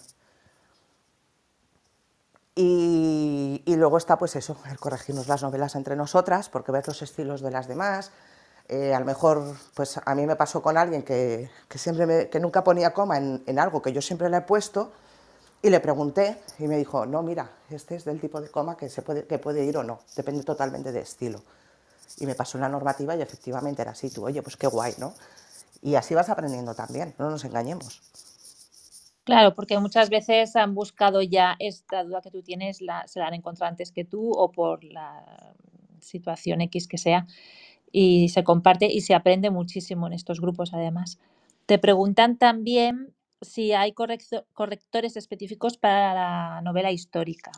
Y, y luego está pues eso, el corregirnos las novelas entre nosotras, porque ves los estilos de las demás. Eh, a lo mejor, pues a mí me pasó con alguien que, que, siempre me, que nunca ponía coma en, en algo que yo siempre le he puesto, y le pregunté y me dijo, no, mira, este es del tipo de coma que, se puede, que puede ir o no, depende totalmente de estilo. Y me pasó la normativa y efectivamente era así, tú, oye, pues qué guay, ¿no? Y así vas aprendiendo también, no nos engañemos. Claro, porque muchas veces han buscado ya esta duda que tú tienes, la, se la han encontrado antes que tú o por la situación X que sea, y se comparte y se aprende muchísimo en estos grupos además. Te preguntan también si hay correcto, correctores específicos para la novela histórica.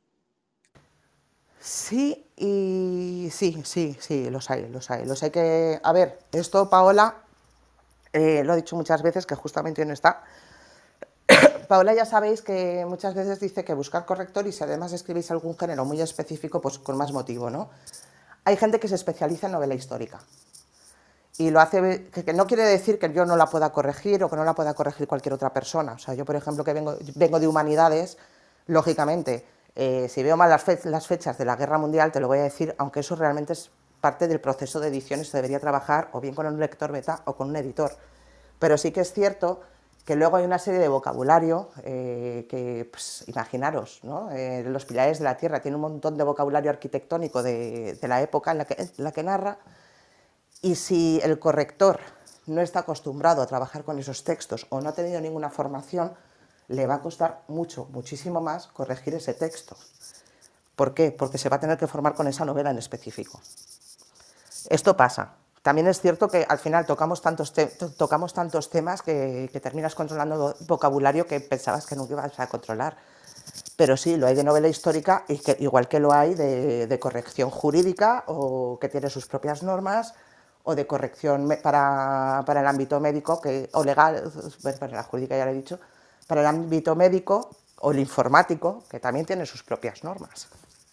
Sí, y sí, sí, sí, los hay, los hay. Los hay que... A ver, esto, Paola, eh, lo he dicho muchas veces, que justamente hoy no está. Paola, ya sabéis que muchas veces dice que buscar corrector y si además escribís algún género muy específico, pues con más motivo, ¿no? Hay gente que se especializa en novela histórica. Y lo hace, que no quiere decir que yo no la pueda corregir o que no la pueda corregir cualquier otra persona. O sea, yo, por ejemplo, que vengo, vengo de humanidades, lógicamente, eh, si veo mal las, fe las fechas de la Guerra Mundial, te lo voy a decir, aunque eso realmente es parte del proceso de edición y se debería trabajar o bien con un lector beta o con un editor. Pero sí que es cierto que luego hay una serie de vocabulario eh, que, pues, imaginaros, ¿no? Eh, Los pilares de la tierra tiene un montón de vocabulario arquitectónico de, de la época en la, que, en la que narra, y si el corrector no está acostumbrado a trabajar con esos textos o no ha tenido ninguna formación, le va a costar mucho, muchísimo más corregir ese texto. ¿Por qué? Porque se va a tener que formar con esa novela en específico. Esto pasa. También es cierto que al final tocamos tantos, te tocamos tantos temas que, que terminas controlando vocabulario que pensabas que nunca ibas a controlar. Pero sí, lo hay de novela histórica, y que, igual que lo hay de, de corrección jurídica, o que tiene sus propias normas, o de corrección para, para el ámbito médico, que, o legal, para la jurídica ya lo he dicho, para el ámbito médico o el informático, que también tiene sus propias normas.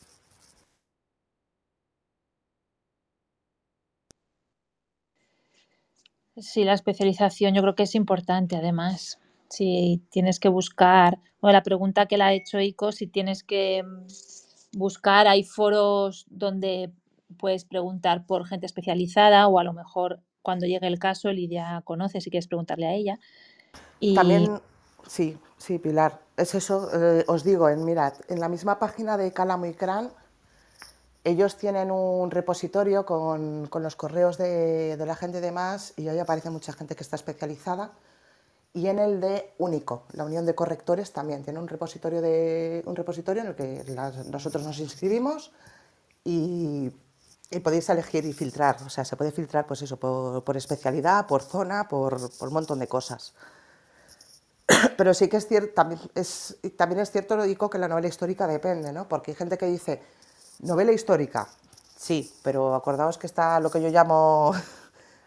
Sí, la especialización yo creo que es importante además. Si tienes que buscar, bueno, la pregunta que le ha hecho Ico, si tienes que buscar, hay foros donde puedes preguntar por gente especializada o a lo mejor cuando llegue el caso Lidia conoce si quieres preguntarle a ella. Y También, sí, sí, Pilar, es eso, eh, os digo, en, mirad, en la misma página de Cálamo y Cran, ellos tienen un repositorio con, con los correos de, de la gente de más, y ahí aparece mucha gente que está especializada. Y en el de Único, la Unión de Correctores, también tiene un repositorio, de, un repositorio en el que las, nosotros nos inscribimos y, y podéis elegir y filtrar. O sea, se puede filtrar pues eso, por, por especialidad, por zona, por, por un montón de cosas. Pero sí que es cierto, también es, también es cierto, lo digo, que la novela histórica depende, ¿no? Porque hay gente que dice, novela histórica, sí, pero acordaos que está lo que yo llamo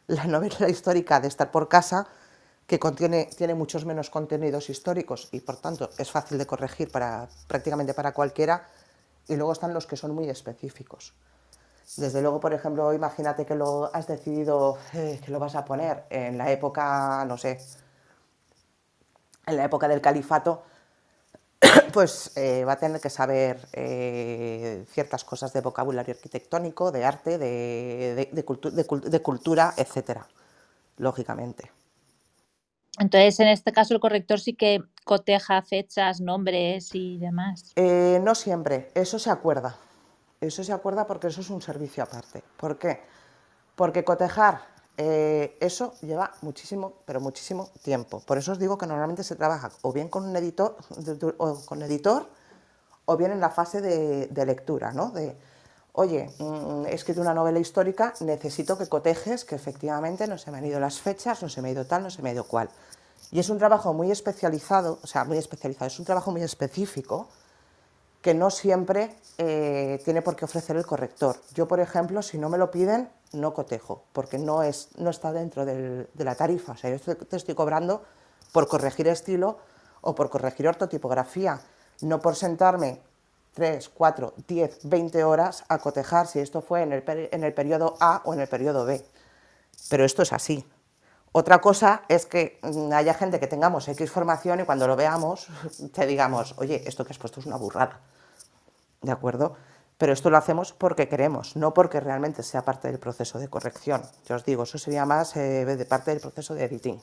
la novela histórica de estar por casa, que contiene, tiene muchos menos contenidos históricos y por tanto es fácil de corregir para, prácticamente para cualquiera, y luego están los que son muy específicos. Desde luego, por ejemplo, imagínate que lo has decidido eh, que lo vas a poner en la época, no sé, en la época del califato, pues eh, va a tener que saber eh, ciertas cosas de vocabulario arquitectónico, de arte, de, de, de, cultu de, de cultura, etcétera, lógicamente. Entonces, en este caso, el corrector sí que coteja fechas, nombres y demás. Eh, no siempre, eso se acuerda. Eso se acuerda porque eso es un servicio aparte. ¿Por qué? Porque cotejar eh, eso lleva muchísimo, pero muchísimo tiempo. Por eso os digo que normalmente se trabaja o bien con un editor, o con editor, o bien en la fase de, de lectura, ¿no? De, oye, mmm, he escrito una novela histórica, necesito que cotejes que efectivamente no se me han ido las fechas, no se me ha ido tal, no se me ha ido cual. Y es un trabajo muy especializado, o sea, muy especializado, es un trabajo muy específico que no siempre eh, tiene por qué ofrecer el corrector. Yo, por ejemplo, si no me lo piden, no cotejo, porque no, es, no está dentro del, de la tarifa. O sea, yo te estoy cobrando por corregir estilo o por corregir ortotipografía, no por sentarme tres, cuatro, diez, veinte horas a cotejar si esto fue en el, en el periodo A o en el periodo B. Pero esto es así. Otra cosa es que haya gente que tengamos X formación y cuando lo veamos te digamos, oye, esto que has puesto es una burrada, ¿de acuerdo? Pero esto lo hacemos porque queremos, no porque realmente sea parte del proceso de corrección. Yo os digo, eso sería más eh, de parte del proceso de editing.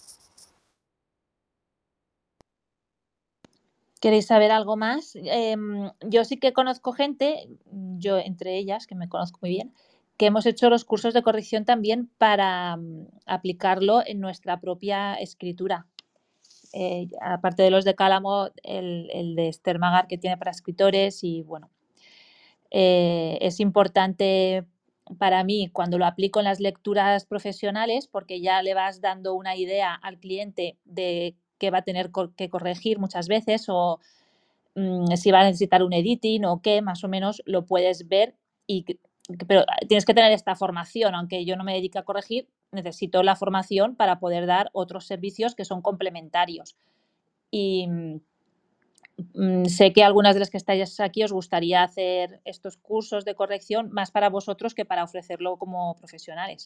¿Queréis saber algo más? Eh, yo sí que conozco gente, yo entre ellas, que me conozco muy bien, que hemos hecho los cursos de corrección también para um, aplicarlo en nuestra propia escritura. Eh, aparte de los de Cálamo, el, el de Esther Magar que tiene para escritores y bueno, eh, es importante para mí cuando lo aplico en las lecturas profesionales porque ya le vas dando una idea al cliente de qué va a tener que corregir muchas veces o mmm, si va a necesitar un editing o qué, más o menos lo puedes ver, y, pero tienes que tener esta formación, aunque yo no me dedique a corregir, necesito la formación para poder dar otros servicios que son complementarios. Y mmm, sé que algunas de las que estáis aquí os gustaría hacer estos cursos de corrección más para vosotros que para ofrecerlo como profesionales.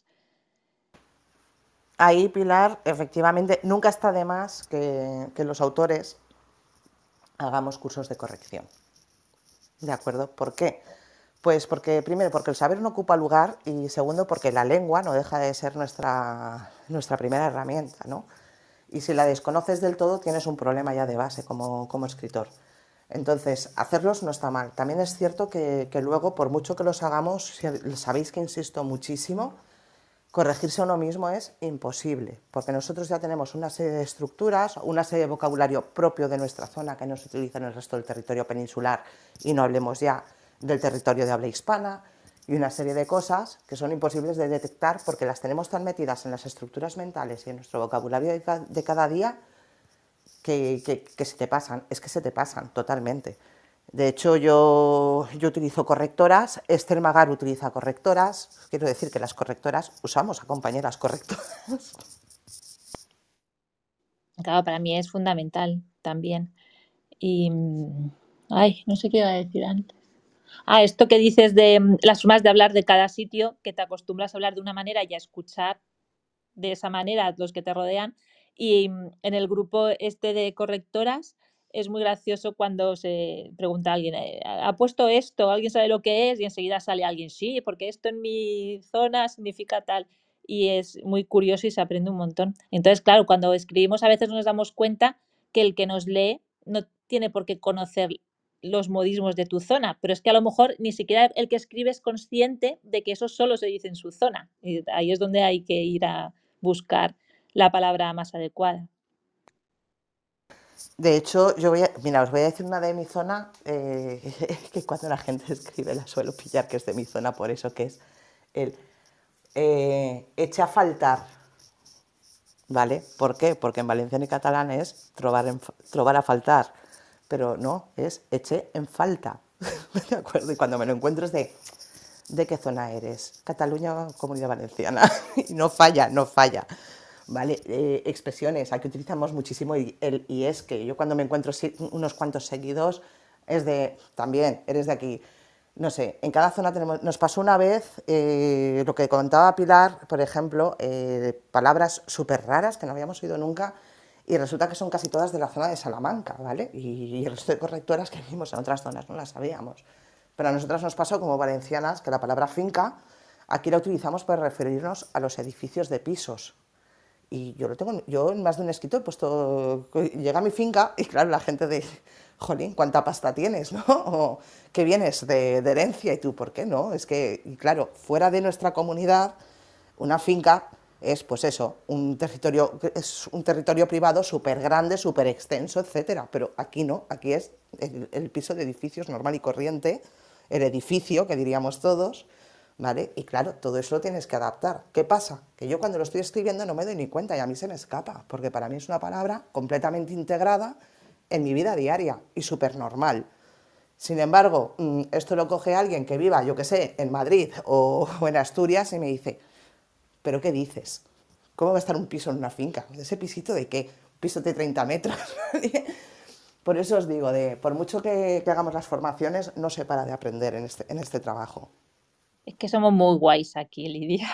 Ahí, Pilar, efectivamente, nunca está de más que, que los autores hagamos cursos de corrección. ¿De acuerdo? ¿Por qué? Pues porque, primero, porque el saber no ocupa lugar y segundo, porque la lengua no deja de ser nuestra, nuestra primera herramienta, ¿no? Y si la desconoces del todo, tienes un problema ya de base como, como escritor. Entonces, hacerlos no está mal. También es cierto que, que luego, por mucho que los hagamos, sabéis que insisto muchísimo, corregirse a uno mismo es imposible, porque nosotros ya tenemos una serie de estructuras, una serie de vocabulario propio de nuestra zona que no se utiliza en el resto del territorio peninsular y no hablemos ya del territorio de habla hispana, y una serie de cosas que son imposibles de detectar porque las tenemos tan metidas en las estructuras mentales y en nuestro vocabulario de, ca de cada día que, que, que se te pasan, es que se te pasan totalmente. De hecho, yo, yo utilizo correctoras, Esther Magar utiliza correctoras, quiero decir que las correctoras usamos a compañeras correctoras. Claro, para mí es fundamental también. Y, ay, no sé qué iba a decir antes. Ah, esto que dices de mm, las formas de hablar de cada sitio, que te acostumbras a hablar de una manera y a escuchar de esa manera a los que te rodean. Y mm, en el grupo este de correctoras es muy gracioso cuando se pregunta a alguien, eh, ¿ha puesto esto? ¿Alguien sabe lo que es? Y enseguida sale alguien, sí, porque esto en mi zona significa tal. Y es muy curioso y se aprende un montón. Entonces, claro, cuando escribimos a veces nos damos cuenta que el que nos lee no tiene por qué conocer los modismos de tu zona, pero es que a lo mejor ni siquiera el que escribe es consciente de que eso solo se dice en su zona. Y ahí es donde hay que ir a buscar la palabra más adecuada. De hecho, yo voy a, mira, os voy a decir una de mi zona, eh, que cuando la gente escribe la suelo pillar que es de mi zona, por eso que es el eh, eche a faltar, ¿vale? ¿Por qué? Porque en valenciano y catalán es trobar, en, trobar a faltar, pero no, es eche en falta, ¿de acuerdo? Y cuando me lo encuentro es de, ¿De qué zona eres? Cataluña o Comunidad Valenciana. Y no falla, no falla. ¿Vale? Eh, expresiones, aquí utilizamos muchísimo y, el y es que yo cuando me encuentro si, unos cuantos seguidos es de, también, eres de aquí. No sé, en cada zona tenemos, nos pasó una vez eh, lo que contaba Pilar, por ejemplo, eh, palabras súper raras que no habíamos oído nunca y resulta que son casi todas de la zona de Salamanca, ¿vale? Y, y el resto de correctoras que vimos en otras zonas no las sabíamos. Pero a nosotras nos pasó como valencianas que la palabra finca aquí la utilizamos para referirnos a los edificios de pisos. Y yo lo tengo, yo en más de un escrito he puesto, llega a mi finca y claro, la gente de, jolín, ¿cuánta pasta tienes, no? O que vienes de, de herencia y tú, ¿por qué no? Es que, y claro, fuera de nuestra comunidad, una finca es, pues eso, un territorio, es un territorio privado súper grande, súper extenso, etcétera. Pero aquí no, aquí es el, el piso de edificios normal y corriente, el edificio, que diríamos todos, ¿vale? Y claro, todo eso lo tienes que adaptar. ¿Qué pasa? Que yo cuando lo estoy escribiendo no me doy ni cuenta y a mí se me escapa, porque para mí es una palabra completamente integrada en mi vida diaria y súper normal. Sin embargo, esto lo coge alguien que viva, yo qué sé, en Madrid o, o en Asturias y me dice, ¿pero qué dices? ¿Cómo va a estar un piso en una finca? ¿Ese pisito de qué? ¿Un piso de treinta metros? Por eso os digo, de, por mucho que, que hagamos las formaciones, no se para de aprender en este, en este trabajo. Es que somos muy guays aquí, Lidia.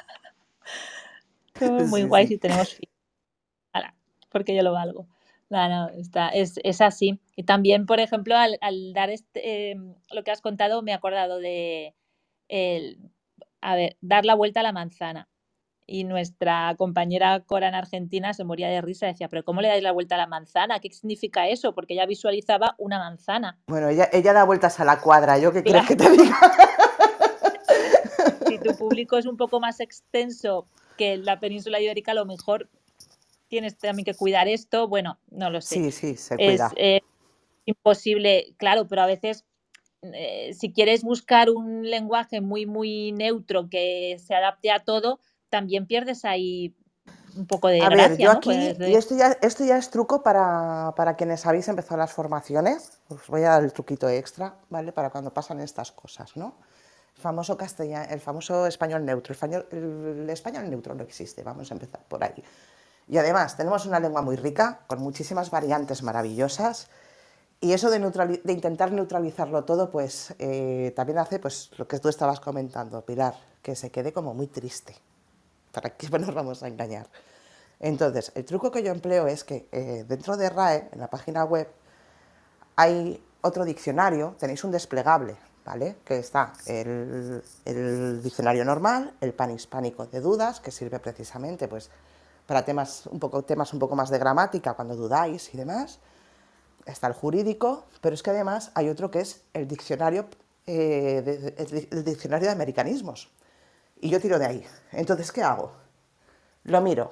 Somos muy Sí, guays sí. y tenemos fin. Ala, porque yo lo valgo. No, no, está, es, es así. Y también, por ejemplo, al, al dar este, eh, lo que has contado, me he acordado de, el, a ver, dar la vuelta a la manzana. Y nuestra compañera Cora en Argentina se moría de risa, decía, pero ¿cómo le dais la vuelta a la manzana? ¿Qué significa eso? Porque ella visualizaba una manzana. Bueno, ella, ella da vueltas a la cuadra, ¿yo qué quieres Claro. que te diga? Entonces, si tu público es un poco más extenso que la península ibérica, a lo mejor tienes también que cuidar esto. Bueno, no lo sé. Sí, sí, se Es cuida. eh, imposible, claro, pero a veces eh, si quieres buscar un lenguaje muy, muy neutro que se adapte a todo, también pierdes ahí un poco de A ver, yo gracia, ¿no? aquí, Pues y de, esto ya, esto ya es truco para, para quienes habéis empezado las formaciones, os voy a dar el truquito extra, ¿vale? Para cuando pasan estas cosas, ¿no? El famoso castellano, el famoso español neutro, el español, el español neutro no existe, vamos a empezar por ahí. Y además tenemos una lengua muy rica, con muchísimas variantes maravillosas, y eso de, neutrali- de intentar neutralizarlo todo, pues eh, también hace pues, lo que tú estabas comentando, Pilar, que se quede como muy triste. ¿Para qué nos vamos a engañar? Entonces, el truco que yo empleo es que eh, dentro de R A E, en la página web, hay otro diccionario, tenéis un desplegable, ¿vale? Que está el, el diccionario normal, el panhispánico de dudas, que sirve precisamente pues, para temas un, poco, temas un poco más de gramática, cuando dudáis y demás. Está el jurídico, pero es que además hay otro que es el diccionario, eh, de, el diccionario de americanismos. Y yo tiro de ahí. Entonces, ¿qué hago? Lo miro.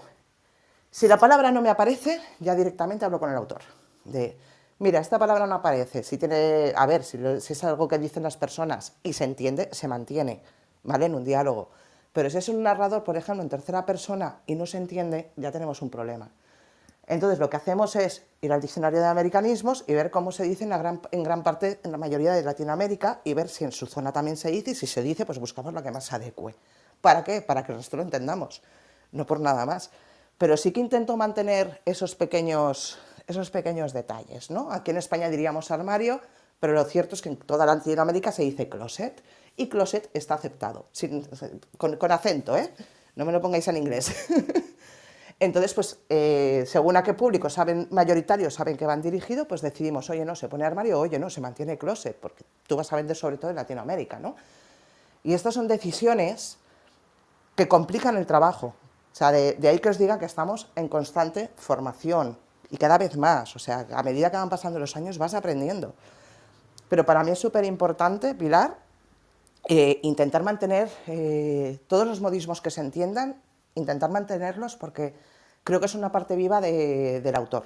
Si la palabra no me aparece, ya directamente hablo con el autor. De, mira, esta palabra no aparece. Si tiene, a ver, si, lo, si es algo que dicen las personas y se entiende, se mantiene, ¿vale? En un diálogo. Pero si es un narrador, por ejemplo, en tercera persona y no se entiende, ya tenemos un problema. Entonces, lo que hacemos es ir al diccionario de americanismos y ver cómo se dice en, la gran, en gran parte, en la mayoría de Latinoamérica, y ver si en su zona también se dice, y si se dice, pues buscamos lo que más se adecue. ¿Para qué? Para que el resto lo entendamos, no por nada más. Pero sí que intento mantener esos pequeños, esos pequeños detalles, ¿no? Aquí en España diríamos armario, pero lo cierto es que en toda Latinoamérica se dice closet, y closet está aceptado, sin, con, con acento, ¿eh? No me lo pongáis en inglés. Entonces, pues, eh, según a qué público saben, mayoritarios saben que van dirigidos, pues decidimos, oye, no, se pone armario, oye, no, se mantiene closet, porque tú vas a vender sobre todo en Latinoamérica, ¿no? Y estas son decisiones que complican el trabajo. O sea, de, de ahí que os diga que estamos en constante formación y cada vez más. O sea, a medida que van pasando los años vas aprendiendo. Pero para mí es súper importante, Pilar, eh, intentar mantener eh, todos los modismos que se entiendan, intentar mantenerlos porque creo que es una parte viva de, del autor.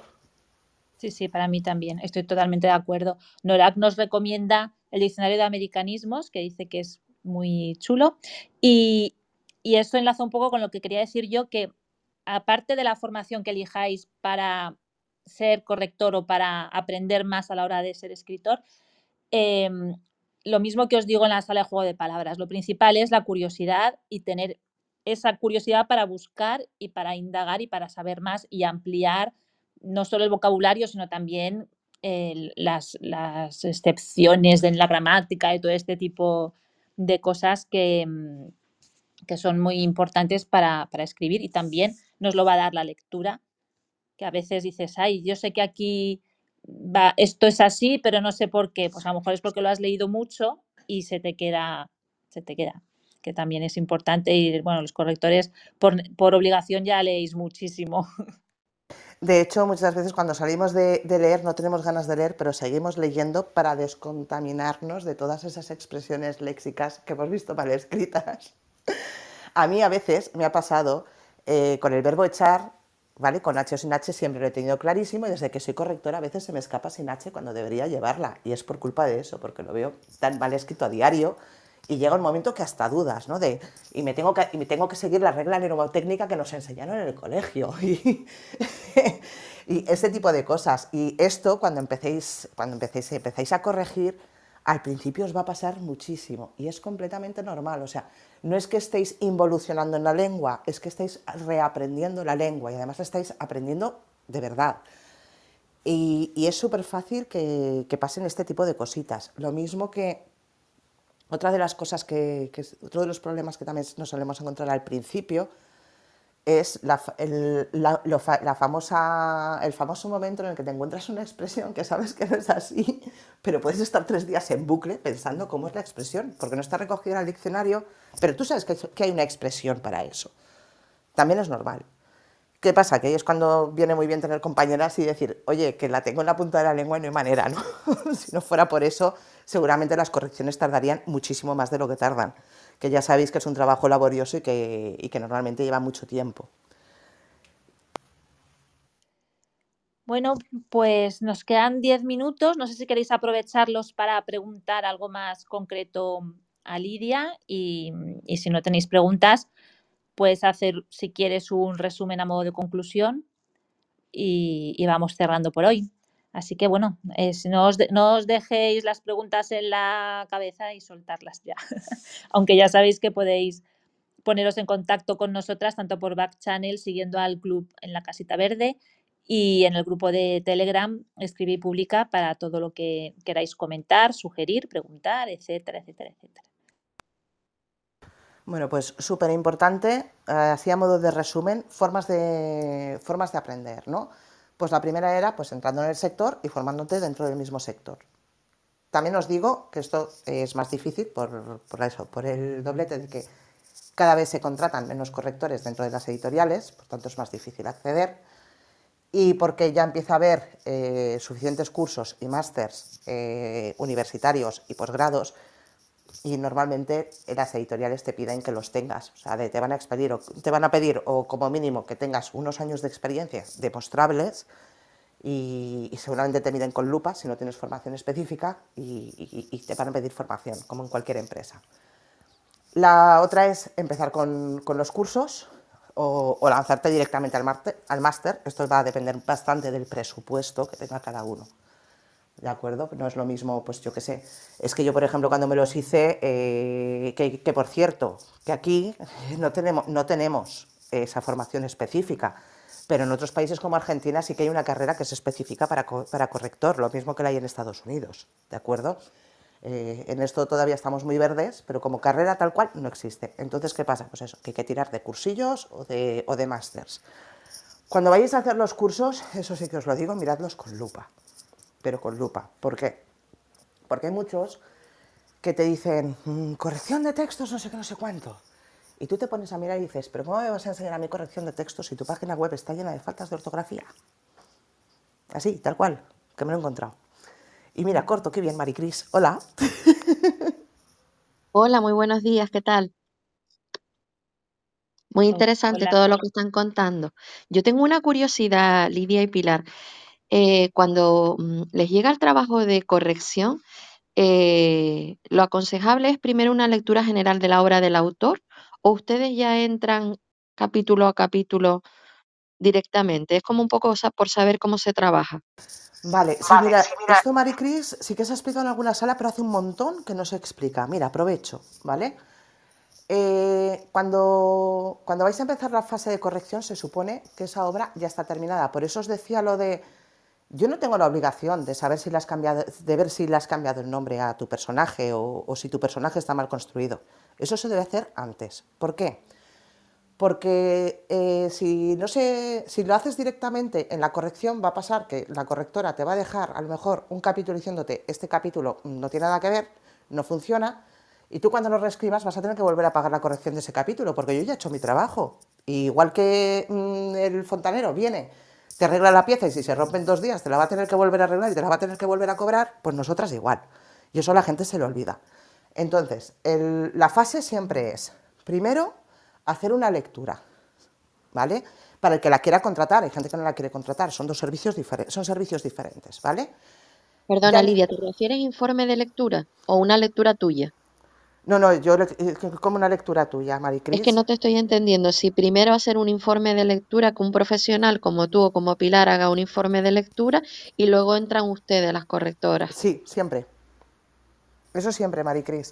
sí, sí, para mí también. Estoy totalmente de acuerdo. Norak nos recomienda el diccionario de americanismos, que dice que es muy chulo. Y, y eso enlaza un poco con lo que quería decir yo, que aparte de la formación que elijáis para ser corrector o para aprender más a la hora de ser escritor, eh, lo mismo que os digo en la sala de juego de palabras, lo principal es la curiosidad y tener esa curiosidad para buscar y para indagar y para saber más y ampliar no solo el vocabulario, sino también eh, las, las excepciones en la gramática y todo este tipo de cosas que, que son muy importantes para, para escribir, y también nos lo va a dar la lectura, que a veces dices, ay, yo sé que aquí va, esto es así, pero no sé por qué. Pues a lo mejor es porque lo has leído mucho y se te queda, se te queda, que también es importante. Y bueno, los correctores por, por obligación ya leéis muchísimo. De hecho, muchas veces cuando salimos de, de leer no tenemos ganas de leer, pero seguimos leyendo para descontaminarnos de todas esas expresiones léxicas que hemos visto mal escritas. A mí a veces me ha pasado eh, con el verbo echar, ¿vale? Con H o sin H siempre lo he tenido clarísimo, y desde que soy correctora a veces se me escapa sin H cuando debería llevarla, y es por culpa de eso, porque lo veo tan mal escrito a diario, y llega un momento que hasta dudas, ¿no? De, y, me tengo que, y me tengo que seguir la regla neurotécnica que nos enseñaron en el colegio. Y, y ese tipo de cosas. Y esto, cuando empecéis, cuando empecéis, empezáis a corregir, al principio os va a pasar muchísimo, y es completamente normal. O sea, no es que estéis involucionando en la lengua, es que estáis reaprendiendo la lengua, y además la estáis aprendiendo de verdad. Y, y es súper fácil que, que pasen este tipo de cositas. Lo mismo que otra de las cosas que, que otro de los problemas que también nos solemos encontrar al principio es la, el, la, lo, la famosa, el famoso momento en el que te encuentras una expresión que sabes que no es así, pero puedes estar tres días en bucle pensando cómo es la expresión, porque no está recogida en el diccionario, pero tú sabes que, que hay una expresión para eso. También es normal. ¿Qué pasa? Que ahí es cuando viene muy bien tener compañeras y decir, oye, que la tengo en la punta de la lengua y no hay manera, ¿no? Si no fuera por eso, seguramente las correcciones tardarían muchísimo más de lo que tardan, que ya sabéis que es un trabajo laborioso y que, y que normalmente lleva mucho tiempo. Bueno, pues nos quedan diez minutos. No sé si queréis aprovecharlos para preguntar algo más concreto a Lidia, y, y si no tenéis preguntas, puedes hacer, si quieres, un resumen a modo de conclusión y, y vamos cerrando por hoy. Así que bueno, eh, si no, os de, no os dejéis las preguntas en la cabeza y soltarlas ya. Aunque ya sabéis que podéis poneros en contacto con nosotras tanto por back channel siguiendo al club en la casita verde, y en el grupo de Telegram Escribe y Publica para todo lo que queráis comentar, sugerir, preguntar, etcétera, etcétera, etcétera. Bueno, pues súper importante, eh, así a modo de resumen, formas de, formas de aprender, ¿no? Pues la primera era pues entrando en el sector y formándote dentro del mismo sector. También os digo que esto es más difícil por, por eso, por el doblete de que cada vez se contratan menos correctores dentro de las editoriales, por tanto es más difícil acceder, y porque ya empieza a haber eh, suficientes cursos y másters eh, universitarios y posgrados, y normalmente las editoriales te piden que los tengas, o sea, de, te van a expedir, o, te van a pedir o como mínimo que tengas unos años de experiencia demostrables, y, y seguramente te miden con lupa si no tienes formación específica, y, y, y te van a pedir formación, como en cualquier empresa. La otra es empezar con, con los cursos o, o lanzarte directamente al máster, al máster. Esto va a depender bastante del presupuesto que tenga cada uno. ¿De acuerdo? No es lo mismo, pues yo qué sé. Es que yo, por ejemplo, cuando me los hice, eh, que, que por cierto, que aquí no tenemos, no tenemos esa formación específica, pero en otros países como Argentina sí que hay una carrera que se especifica para, para corrector, lo mismo que la hay en Estados Unidos, ¿de acuerdo? Eh, en esto todavía estamos muy verdes, pero como carrera tal cual no existe. Entonces, ¿qué pasa? Pues eso, que hay que tirar de cursillos o de, o de másters. Cuando vayáis a hacer los cursos, eso sí que os lo digo, miradlos con lupa, pero con lupa. ¿Por qué? Porque hay muchos que te dicen, mmm, corrección de textos, no sé qué, no sé cuánto. Y tú te pones a mirar y dices, pero ¿cómo me vas a enseñar a mí corrección de textos si tu página web está llena de faltas de ortografía? Así, tal cual, que me lo he encontrado. Y mira, corto, qué bien, Maricris. Hola. Hola, muy buenos días, ¿qué tal? Muy interesante Hola. todo lo que están contando. Yo tengo una curiosidad, Lidia y Pilar. Eh, cuando mm, les llega el trabajo de corrección, eh, ¿lo aconsejable es primero una lectura general de la obra del autor o ustedes ya entran capítulo a capítulo directamente? Es como un poco sa- por saber cómo se trabaja. Vale, sí, mira, esto Maricris sí que se ha explicado en alguna sala, pero hace un montón que no se explica. Mira, aprovecho, ¿vale? Eh, cuando, cuando vais a empezar la fase de corrección, se supone que esa obra ya está terminada. Por eso os decía lo de, yo no tengo la obligación de saber si le has cambiado, de ver si le has cambiado el nombre a tu personaje o, o si tu personaje está mal construido. Eso se debe hacer antes. ¿Por qué? Porque eh, si, no sé, si lo haces directamente en la corrección, va a pasar que la correctora te va a dejar a lo mejor un capítulo diciéndote este capítulo no tiene nada que ver, no funciona, y tú cuando lo reescribas vas a tener que volver a pagar la corrección de ese capítulo, porque yo ya he hecho mi trabajo. Y igual que mmm, el fontanero viene, te arregla la pieza y si se rompe en dos días te la va a tener que volver a arreglar y te la va a tener que volver a cobrar, pues nosotras igual. Y eso a la gente se le olvida. Entonces, el, la fase siempre es, primero, hacer una lectura, ¿vale? Para el que la quiera contratar, hay gente que no la quiere contratar, son dos servicios diferentes, son servicios diferentes, ¿vale? Perdona, Ya, Lidia, ¿te refieres informe de lectura o una lectura tuya? no, no, yo como una lectura tuya, Es que Maricris. no te estoy entendiendo. Si primero hacer un informe de lectura, que un profesional como tú o como Pilar haga un informe de lectura y luego entran ustedes, las correctoras. Sí, siempre. Eso siempre, Maricris.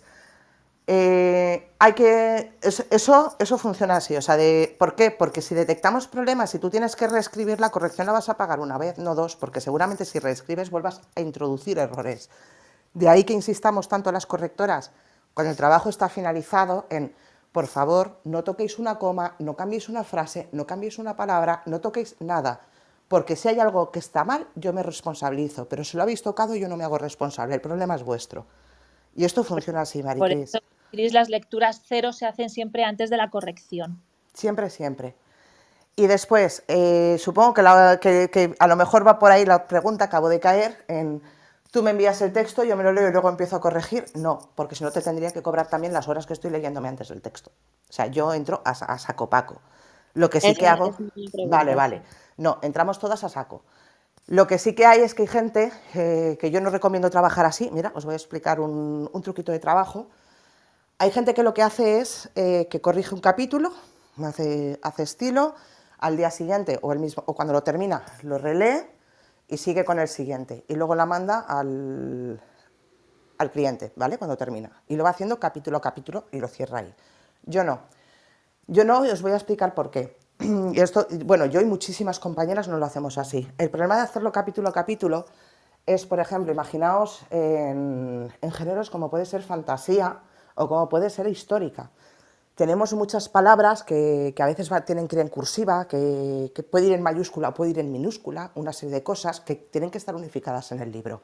Eh, hay que eso, eso funciona así, o sea, de, ¿por qué? Porque si detectamos problemas y tú tienes que reescribir la corrección la vas a pagar una vez, no dos, porque seguramente si reescribes vuelvas a introducir errores. De ahí que insistamos tanto las correctoras cuando el trabajo está finalizado en, por favor, no toquéis una coma, no cambiéis una frase, no cambiéis una palabra, no toquéis nada, porque si hay algo que está mal, yo me responsabilizo, pero si lo habéis tocado yo no me hago responsable, el problema es vuestro. Y esto funciona así, Por Maricris. eso, Cris, las lecturas cero se hacen siempre antes de la corrección. Siempre, siempre. Y después, eh, supongo que, la, que, que a lo mejor va por ahí la pregunta, acabo de caer en, tú me envías el texto, yo me lo leo y luego empiezo a corregir. No, porque si no te tendría que cobrar también las horas que estoy leyéndome antes del texto. O sea, yo entro a, a saco paco. Lo que sí que Esa, hago... esa es mi Vale, pregunta, vale. sí. No, entramos todas a saco. Lo que sí que hay es que hay gente eh, que yo no recomiendo trabajar así. Mira, os voy a explicar un, un truquito de trabajo. Hay gente que lo que hace es eh, que corrige un capítulo, hace, hace estilo, al día siguiente o, el mismo, o cuando lo termina lo relee y sigue con el siguiente. Y luego la manda al, al cliente, ¿vale? Cuando termina. Y lo va haciendo capítulo a capítulo y lo cierra ahí. Yo no. Yo no y os voy a explicar por qué. Y esto, bueno, yo y muchísimas compañeras no lo hacemos así. El problema de hacerlo capítulo a capítulo es, por ejemplo, imaginaos en, en géneros como puede ser fantasía o como puede ser histórica. Tenemos muchas palabras que, que a veces va, tienen que ir en cursiva, que, que puede ir en mayúscula o puede ir en minúscula, una serie de cosas que tienen que estar unificadas en el libro.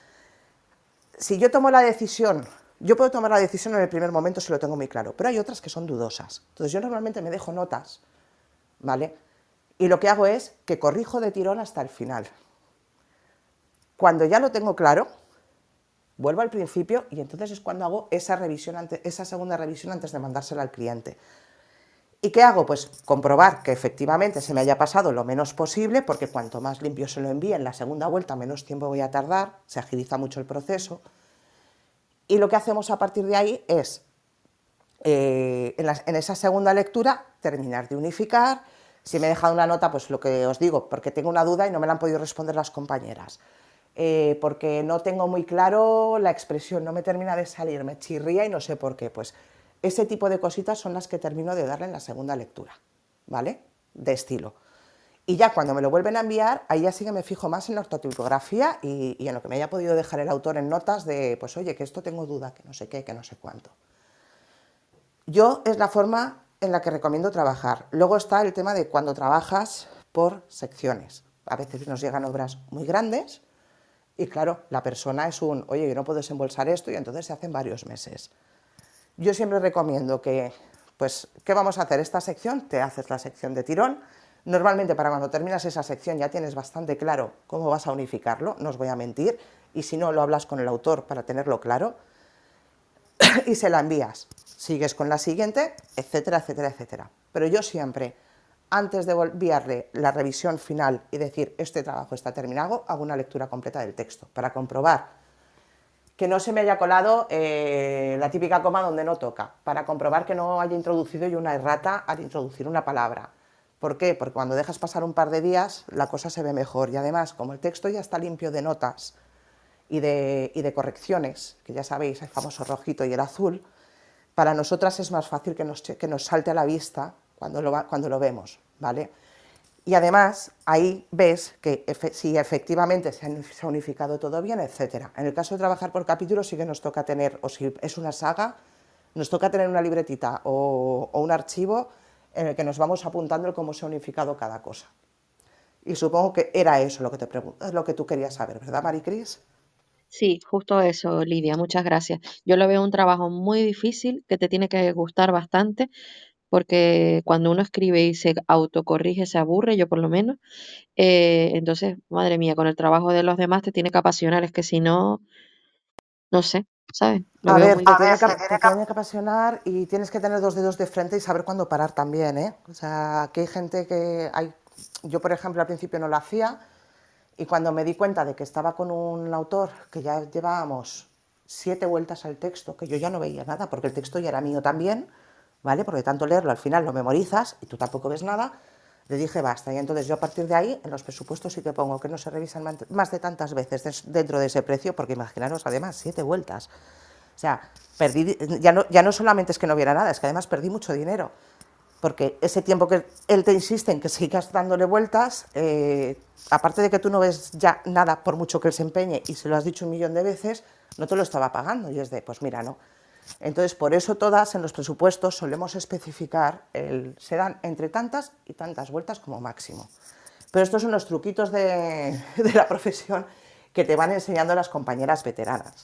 Si yo tomo la decisión, yo puedo tomar la decisión en el primer momento si lo tengo muy claro, pero hay otras que son dudosas. Entonces yo normalmente me dejo notas, ¿vale? Y lo que hago es que corrijo de tirón hasta el final. Cuando ya lo tengo claro, vuelvo al principio y entonces es cuando hago esa, revisión ante, esa segunda revisión antes de mandársela al cliente. ¿Y qué hago? Pues comprobar que efectivamente se me haya pasado lo menos posible, porque cuanto más limpio se lo envíe en la segunda vuelta, menos tiempo voy a tardar, se agiliza mucho el proceso. Y lo que hacemos a partir de ahí es, eh, en, la, en esa segunda lectura, terminar de unificar. Si me he dejado una nota, pues lo que os digo, porque tengo una duda y no me la han podido responder las compañeras. Eh, porque no tengo muy claro la expresión, no me termina de salir, me chirría y no sé por qué. Pues ese tipo de cositas son las que termino de darle en la segunda lectura, ¿vale? De estilo. Y ya cuando me lo vuelven a enviar, ahí ya sí que me fijo más en la ortotipografía y, y en lo que me haya podido dejar el autor en notas de, pues oye, que esto tengo duda, que no sé qué, que no sé cuánto. Yo es la forma en la que recomiendo trabajar. Luego está el tema de cuando trabajas por secciones. A veces nos llegan obras muy grandes y claro, la persona es un, oye, yo no puedo desembolsar esto y entonces se hacen varios meses. Yo siempre recomiendo que, pues, ¿qué vamos a hacer? Esta sección, te haces la sección de tirón. Normalmente para cuando terminas esa sección ya tienes bastante claro cómo vas a unificarlo, no os voy a mentir, y si no, lo hablas con el autor para tenerlo claro, y se la envías. Sigues con la siguiente, etcétera, etcétera, etcétera. Pero yo siempre, antes de enviarle la revisión final y decir, este trabajo está terminado, hago una lectura completa del texto para comprobar que no se me haya colado eh, la típica coma donde no toca, para comprobar que no haya introducido yo una errata al introducir una palabra, ¿Por qué? Porque cuando dejas pasar un par de días la cosa se ve mejor y además como el texto ya está limpio de notas y de, y de correcciones, que ya sabéis, el famoso rojito y el azul, para nosotras es más fácil que nos, que nos salte a la vista cuando lo, cuando lo vemos, ¿vale? Y además ahí ves que efe, si efectivamente se ha unificado todo bien, etcétera. En el caso de trabajar por capítulos sí que nos toca tener, o si es una saga, nos toca tener una libretita o, o un archivo en el que nos vamos apuntando el cómo se ha unificado cada cosa. Y supongo que era eso lo que, te lo que tú querías saber, ¿verdad, Maricris? Sí, justo eso, Lidia, muchas gracias. Yo lo veo un trabajo muy difícil que te tiene que gustar bastante, porque cuando uno escribe y se autocorrige, se aburre, yo por lo menos. Eh, entonces, madre mía, con el trabajo de los demás te tiene que apasionar, es que si no, no sé, ¿sabes? Lo A veo ver, muy te, tiene difícil. que, te tiene que apasionar y tienes que tener dos dedos de frente y saber cuándo parar también, ¿eh? O sea, que hay gente que hay... Yo, por ejemplo, al principio no lo hacía y cuando me di cuenta de que estaba con un autor que ya llevábamos siete vueltas al texto, que yo ya no veía nada, porque el texto ya era mío también, ¿vale? Porque tanto leerlo al final lo memorizas y tú tampoco ves nada, le dije basta. Y entonces yo a partir de ahí en los presupuestos sí que pongo que no se revisan más de tantas veces dentro de ese precio, porque imaginaros además siete vueltas. O sea, perdí, ya no, ya no solamente es que no viera nada, es que además perdí mucho dinero. Porque ese tiempo que él te insiste en que sigas dándole vueltas, eh, aparte de que tú no ves ya nada por mucho que él se empeñe y se lo has dicho un millón de veces, no te lo estaba pagando. Y es de, pues mira, no. Entonces, por eso todas en los presupuestos solemos especificar, el, se dan entre tantas y tantas vueltas como máximo. Pero estos son los truquitos de, de la profesión que te van enseñando las compañeras veteranas.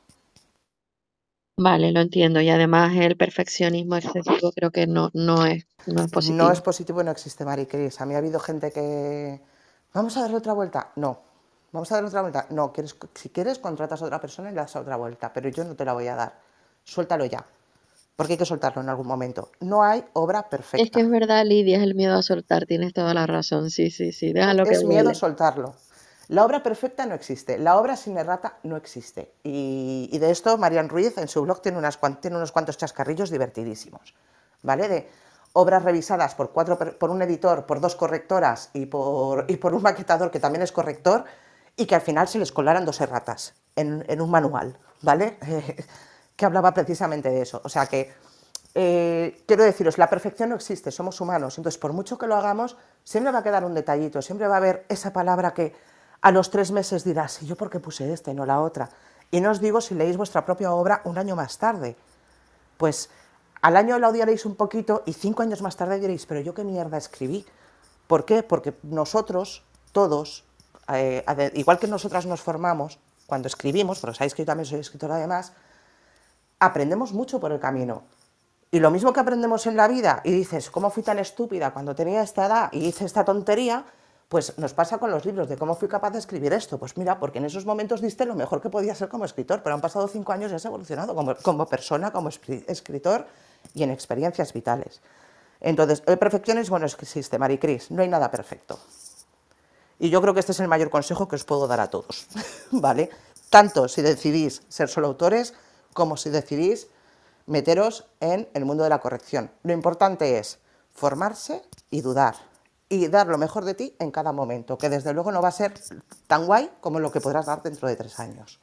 Vale, lo entiendo. Y además el perfeccionismo excesivo creo que no, no es, no es No es positivo. positivo y no existe, Maricris. A mí ha habido gente que... ¿Vamos a darle otra vuelta? No. ¿Vamos a darle otra vuelta? No. ¿Quieres, si quieres, contratas a otra persona y le das otra vuelta, pero yo no te la voy a dar. Suéltalo ya. Porque hay que soltarlo en algún momento. No hay obra Es que perfecta. es verdad, Lidia, es el miedo a soltar, tienes toda la razón. Sí, sí, sí, déjalo que Es miedo vuele. soltarlo. La obra perfecta no existe, la obra sin errata no existe. Y, y de esto Marian Ruiz en su blog tiene, unas, tiene unos cuantos chascarrillos divertidísimos, ¿vale? De obras revisadas por, cuatro, por un editor, por dos correctoras y por, y por un maquetador que también es corrector y que al final se les colaran dos erratas en, en un manual, ¿vale? Eh, que hablaba precisamente de eso. O sea que eh, quiero deciros, la perfección no existe, somos humanos, entonces por mucho que lo hagamos, siempre va a quedar un detallito, siempre va a haber esa palabra que a los tres meses dirás, ¿y yo por qué puse esta y no la otra? Y no os digo si leéis vuestra propia obra un año más tarde, pues al año la odiaréis un poquito y cinco años más tarde diréis, pero yo qué mierda escribí. ¿Por qué? Porque nosotros, todos, eh, igual que nosotras nos formamos cuando escribimos, porque sabéis que yo también soy escritora además, aprendemos mucho por el camino. Y lo mismo que aprendemos en la vida y dices, ¿cómo fui tan estúpida cuando tenía esta edad y hice esta tontería? Pues nos pasa con los libros de cómo fui capaz de escribir esto. Pues mira, porque en esos momentos diste lo mejor que podía ser como escritor, pero han pasado cinco años y has evolucionado como, como persona, como escritor y en experiencias vitales. Entonces, el perfeccionismo no existe, Maricris, no hay nada perfecto. Y yo creo que este es el mayor consejo que os puedo dar a todos, ¿vale? Tanto si decidís ser solo autores, como si decidís meteros en el mundo de la corrección. Lo importante es formarse y dudar, y dar lo mejor de ti en cada momento, que desde luego no va a ser tan guay como lo que podrás dar dentro de tres años.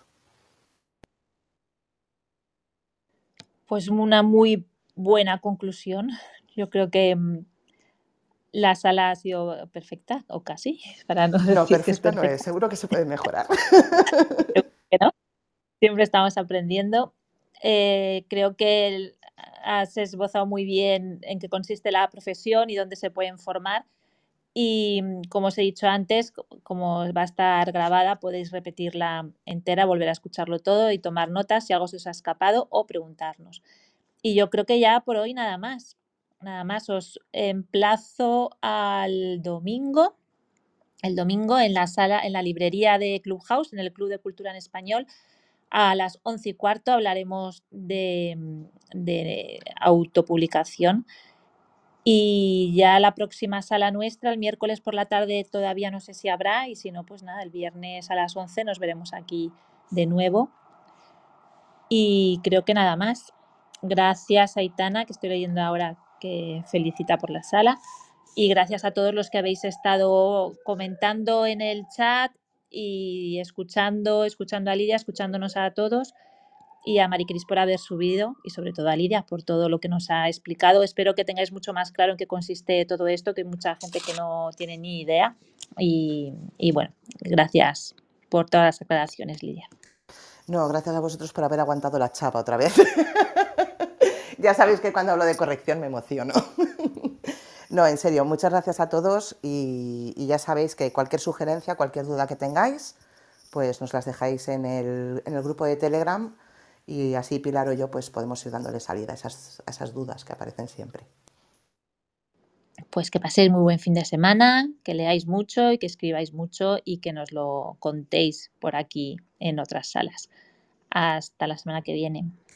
Pues una muy buena conclusión. Yo creo que mm, la sala ha sido perfecta, o casi, para no No, decir que es perfecta no es, perfecta. seguro que se puede mejorar. Creo que no. Siempre estamos aprendiendo. Eh, creo que el- has esbozado muy bien en qué consiste la profesión y dónde se pueden formar. Y mm, como os he dicho antes, co- como va a estar grabada, podéis repetirla entera, volver a escucharlo todo y tomar notas si algo se os ha escapado o preguntarnos. Y yo creo que ya por hoy nada más. Nada más, os emplazo al domingo. El domingo en la sala, en la librería de Clubhouse, en el Club de Cultura en Español, a las once y cuarto hablaremos de, de autopublicación. Y ya la próxima sala nuestra, el miércoles por la tarde, todavía no sé si habrá, y si no, pues nada, el viernes a las once nos veremos aquí de nuevo. Y creo que nada más. Gracias, Aitana, que estoy leyendo ahora que felicita por la sala. Y gracias a todos los que habéis estado comentando en el chat y escuchando, escuchando a Lidia, escuchándonos a todos, y a Maricris por haber subido, y sobre todo a Lidia por todo lo que nos ha explicado. Espero que tengáis mucho más claro en qué consiste todo esto, que hay mucha gente que no tiene ni idea. Y, y bueno, gracias por todas las aclaraciones, Lidia. No, gracias a vosotros por haber aguantado la chapa otra vez. Ya sabéis que cuando hablo de corrección me emociono. No, en serio, muchas gracias a todos y, y ya sabéis que cualquier sugerencia, cualquier duda que tengáis, pues nos las dejáis en el, en el grupo de Telegram y así Pilar o yo pues podemos ir dándole salida a esas, a esas dudas que aparecen siempre. Pues que paséis muy buen fin de semana, que leáis mucho y que escribáis mucho y que nos lo contéis por aquí en otras salas. Hasta la semana que viene.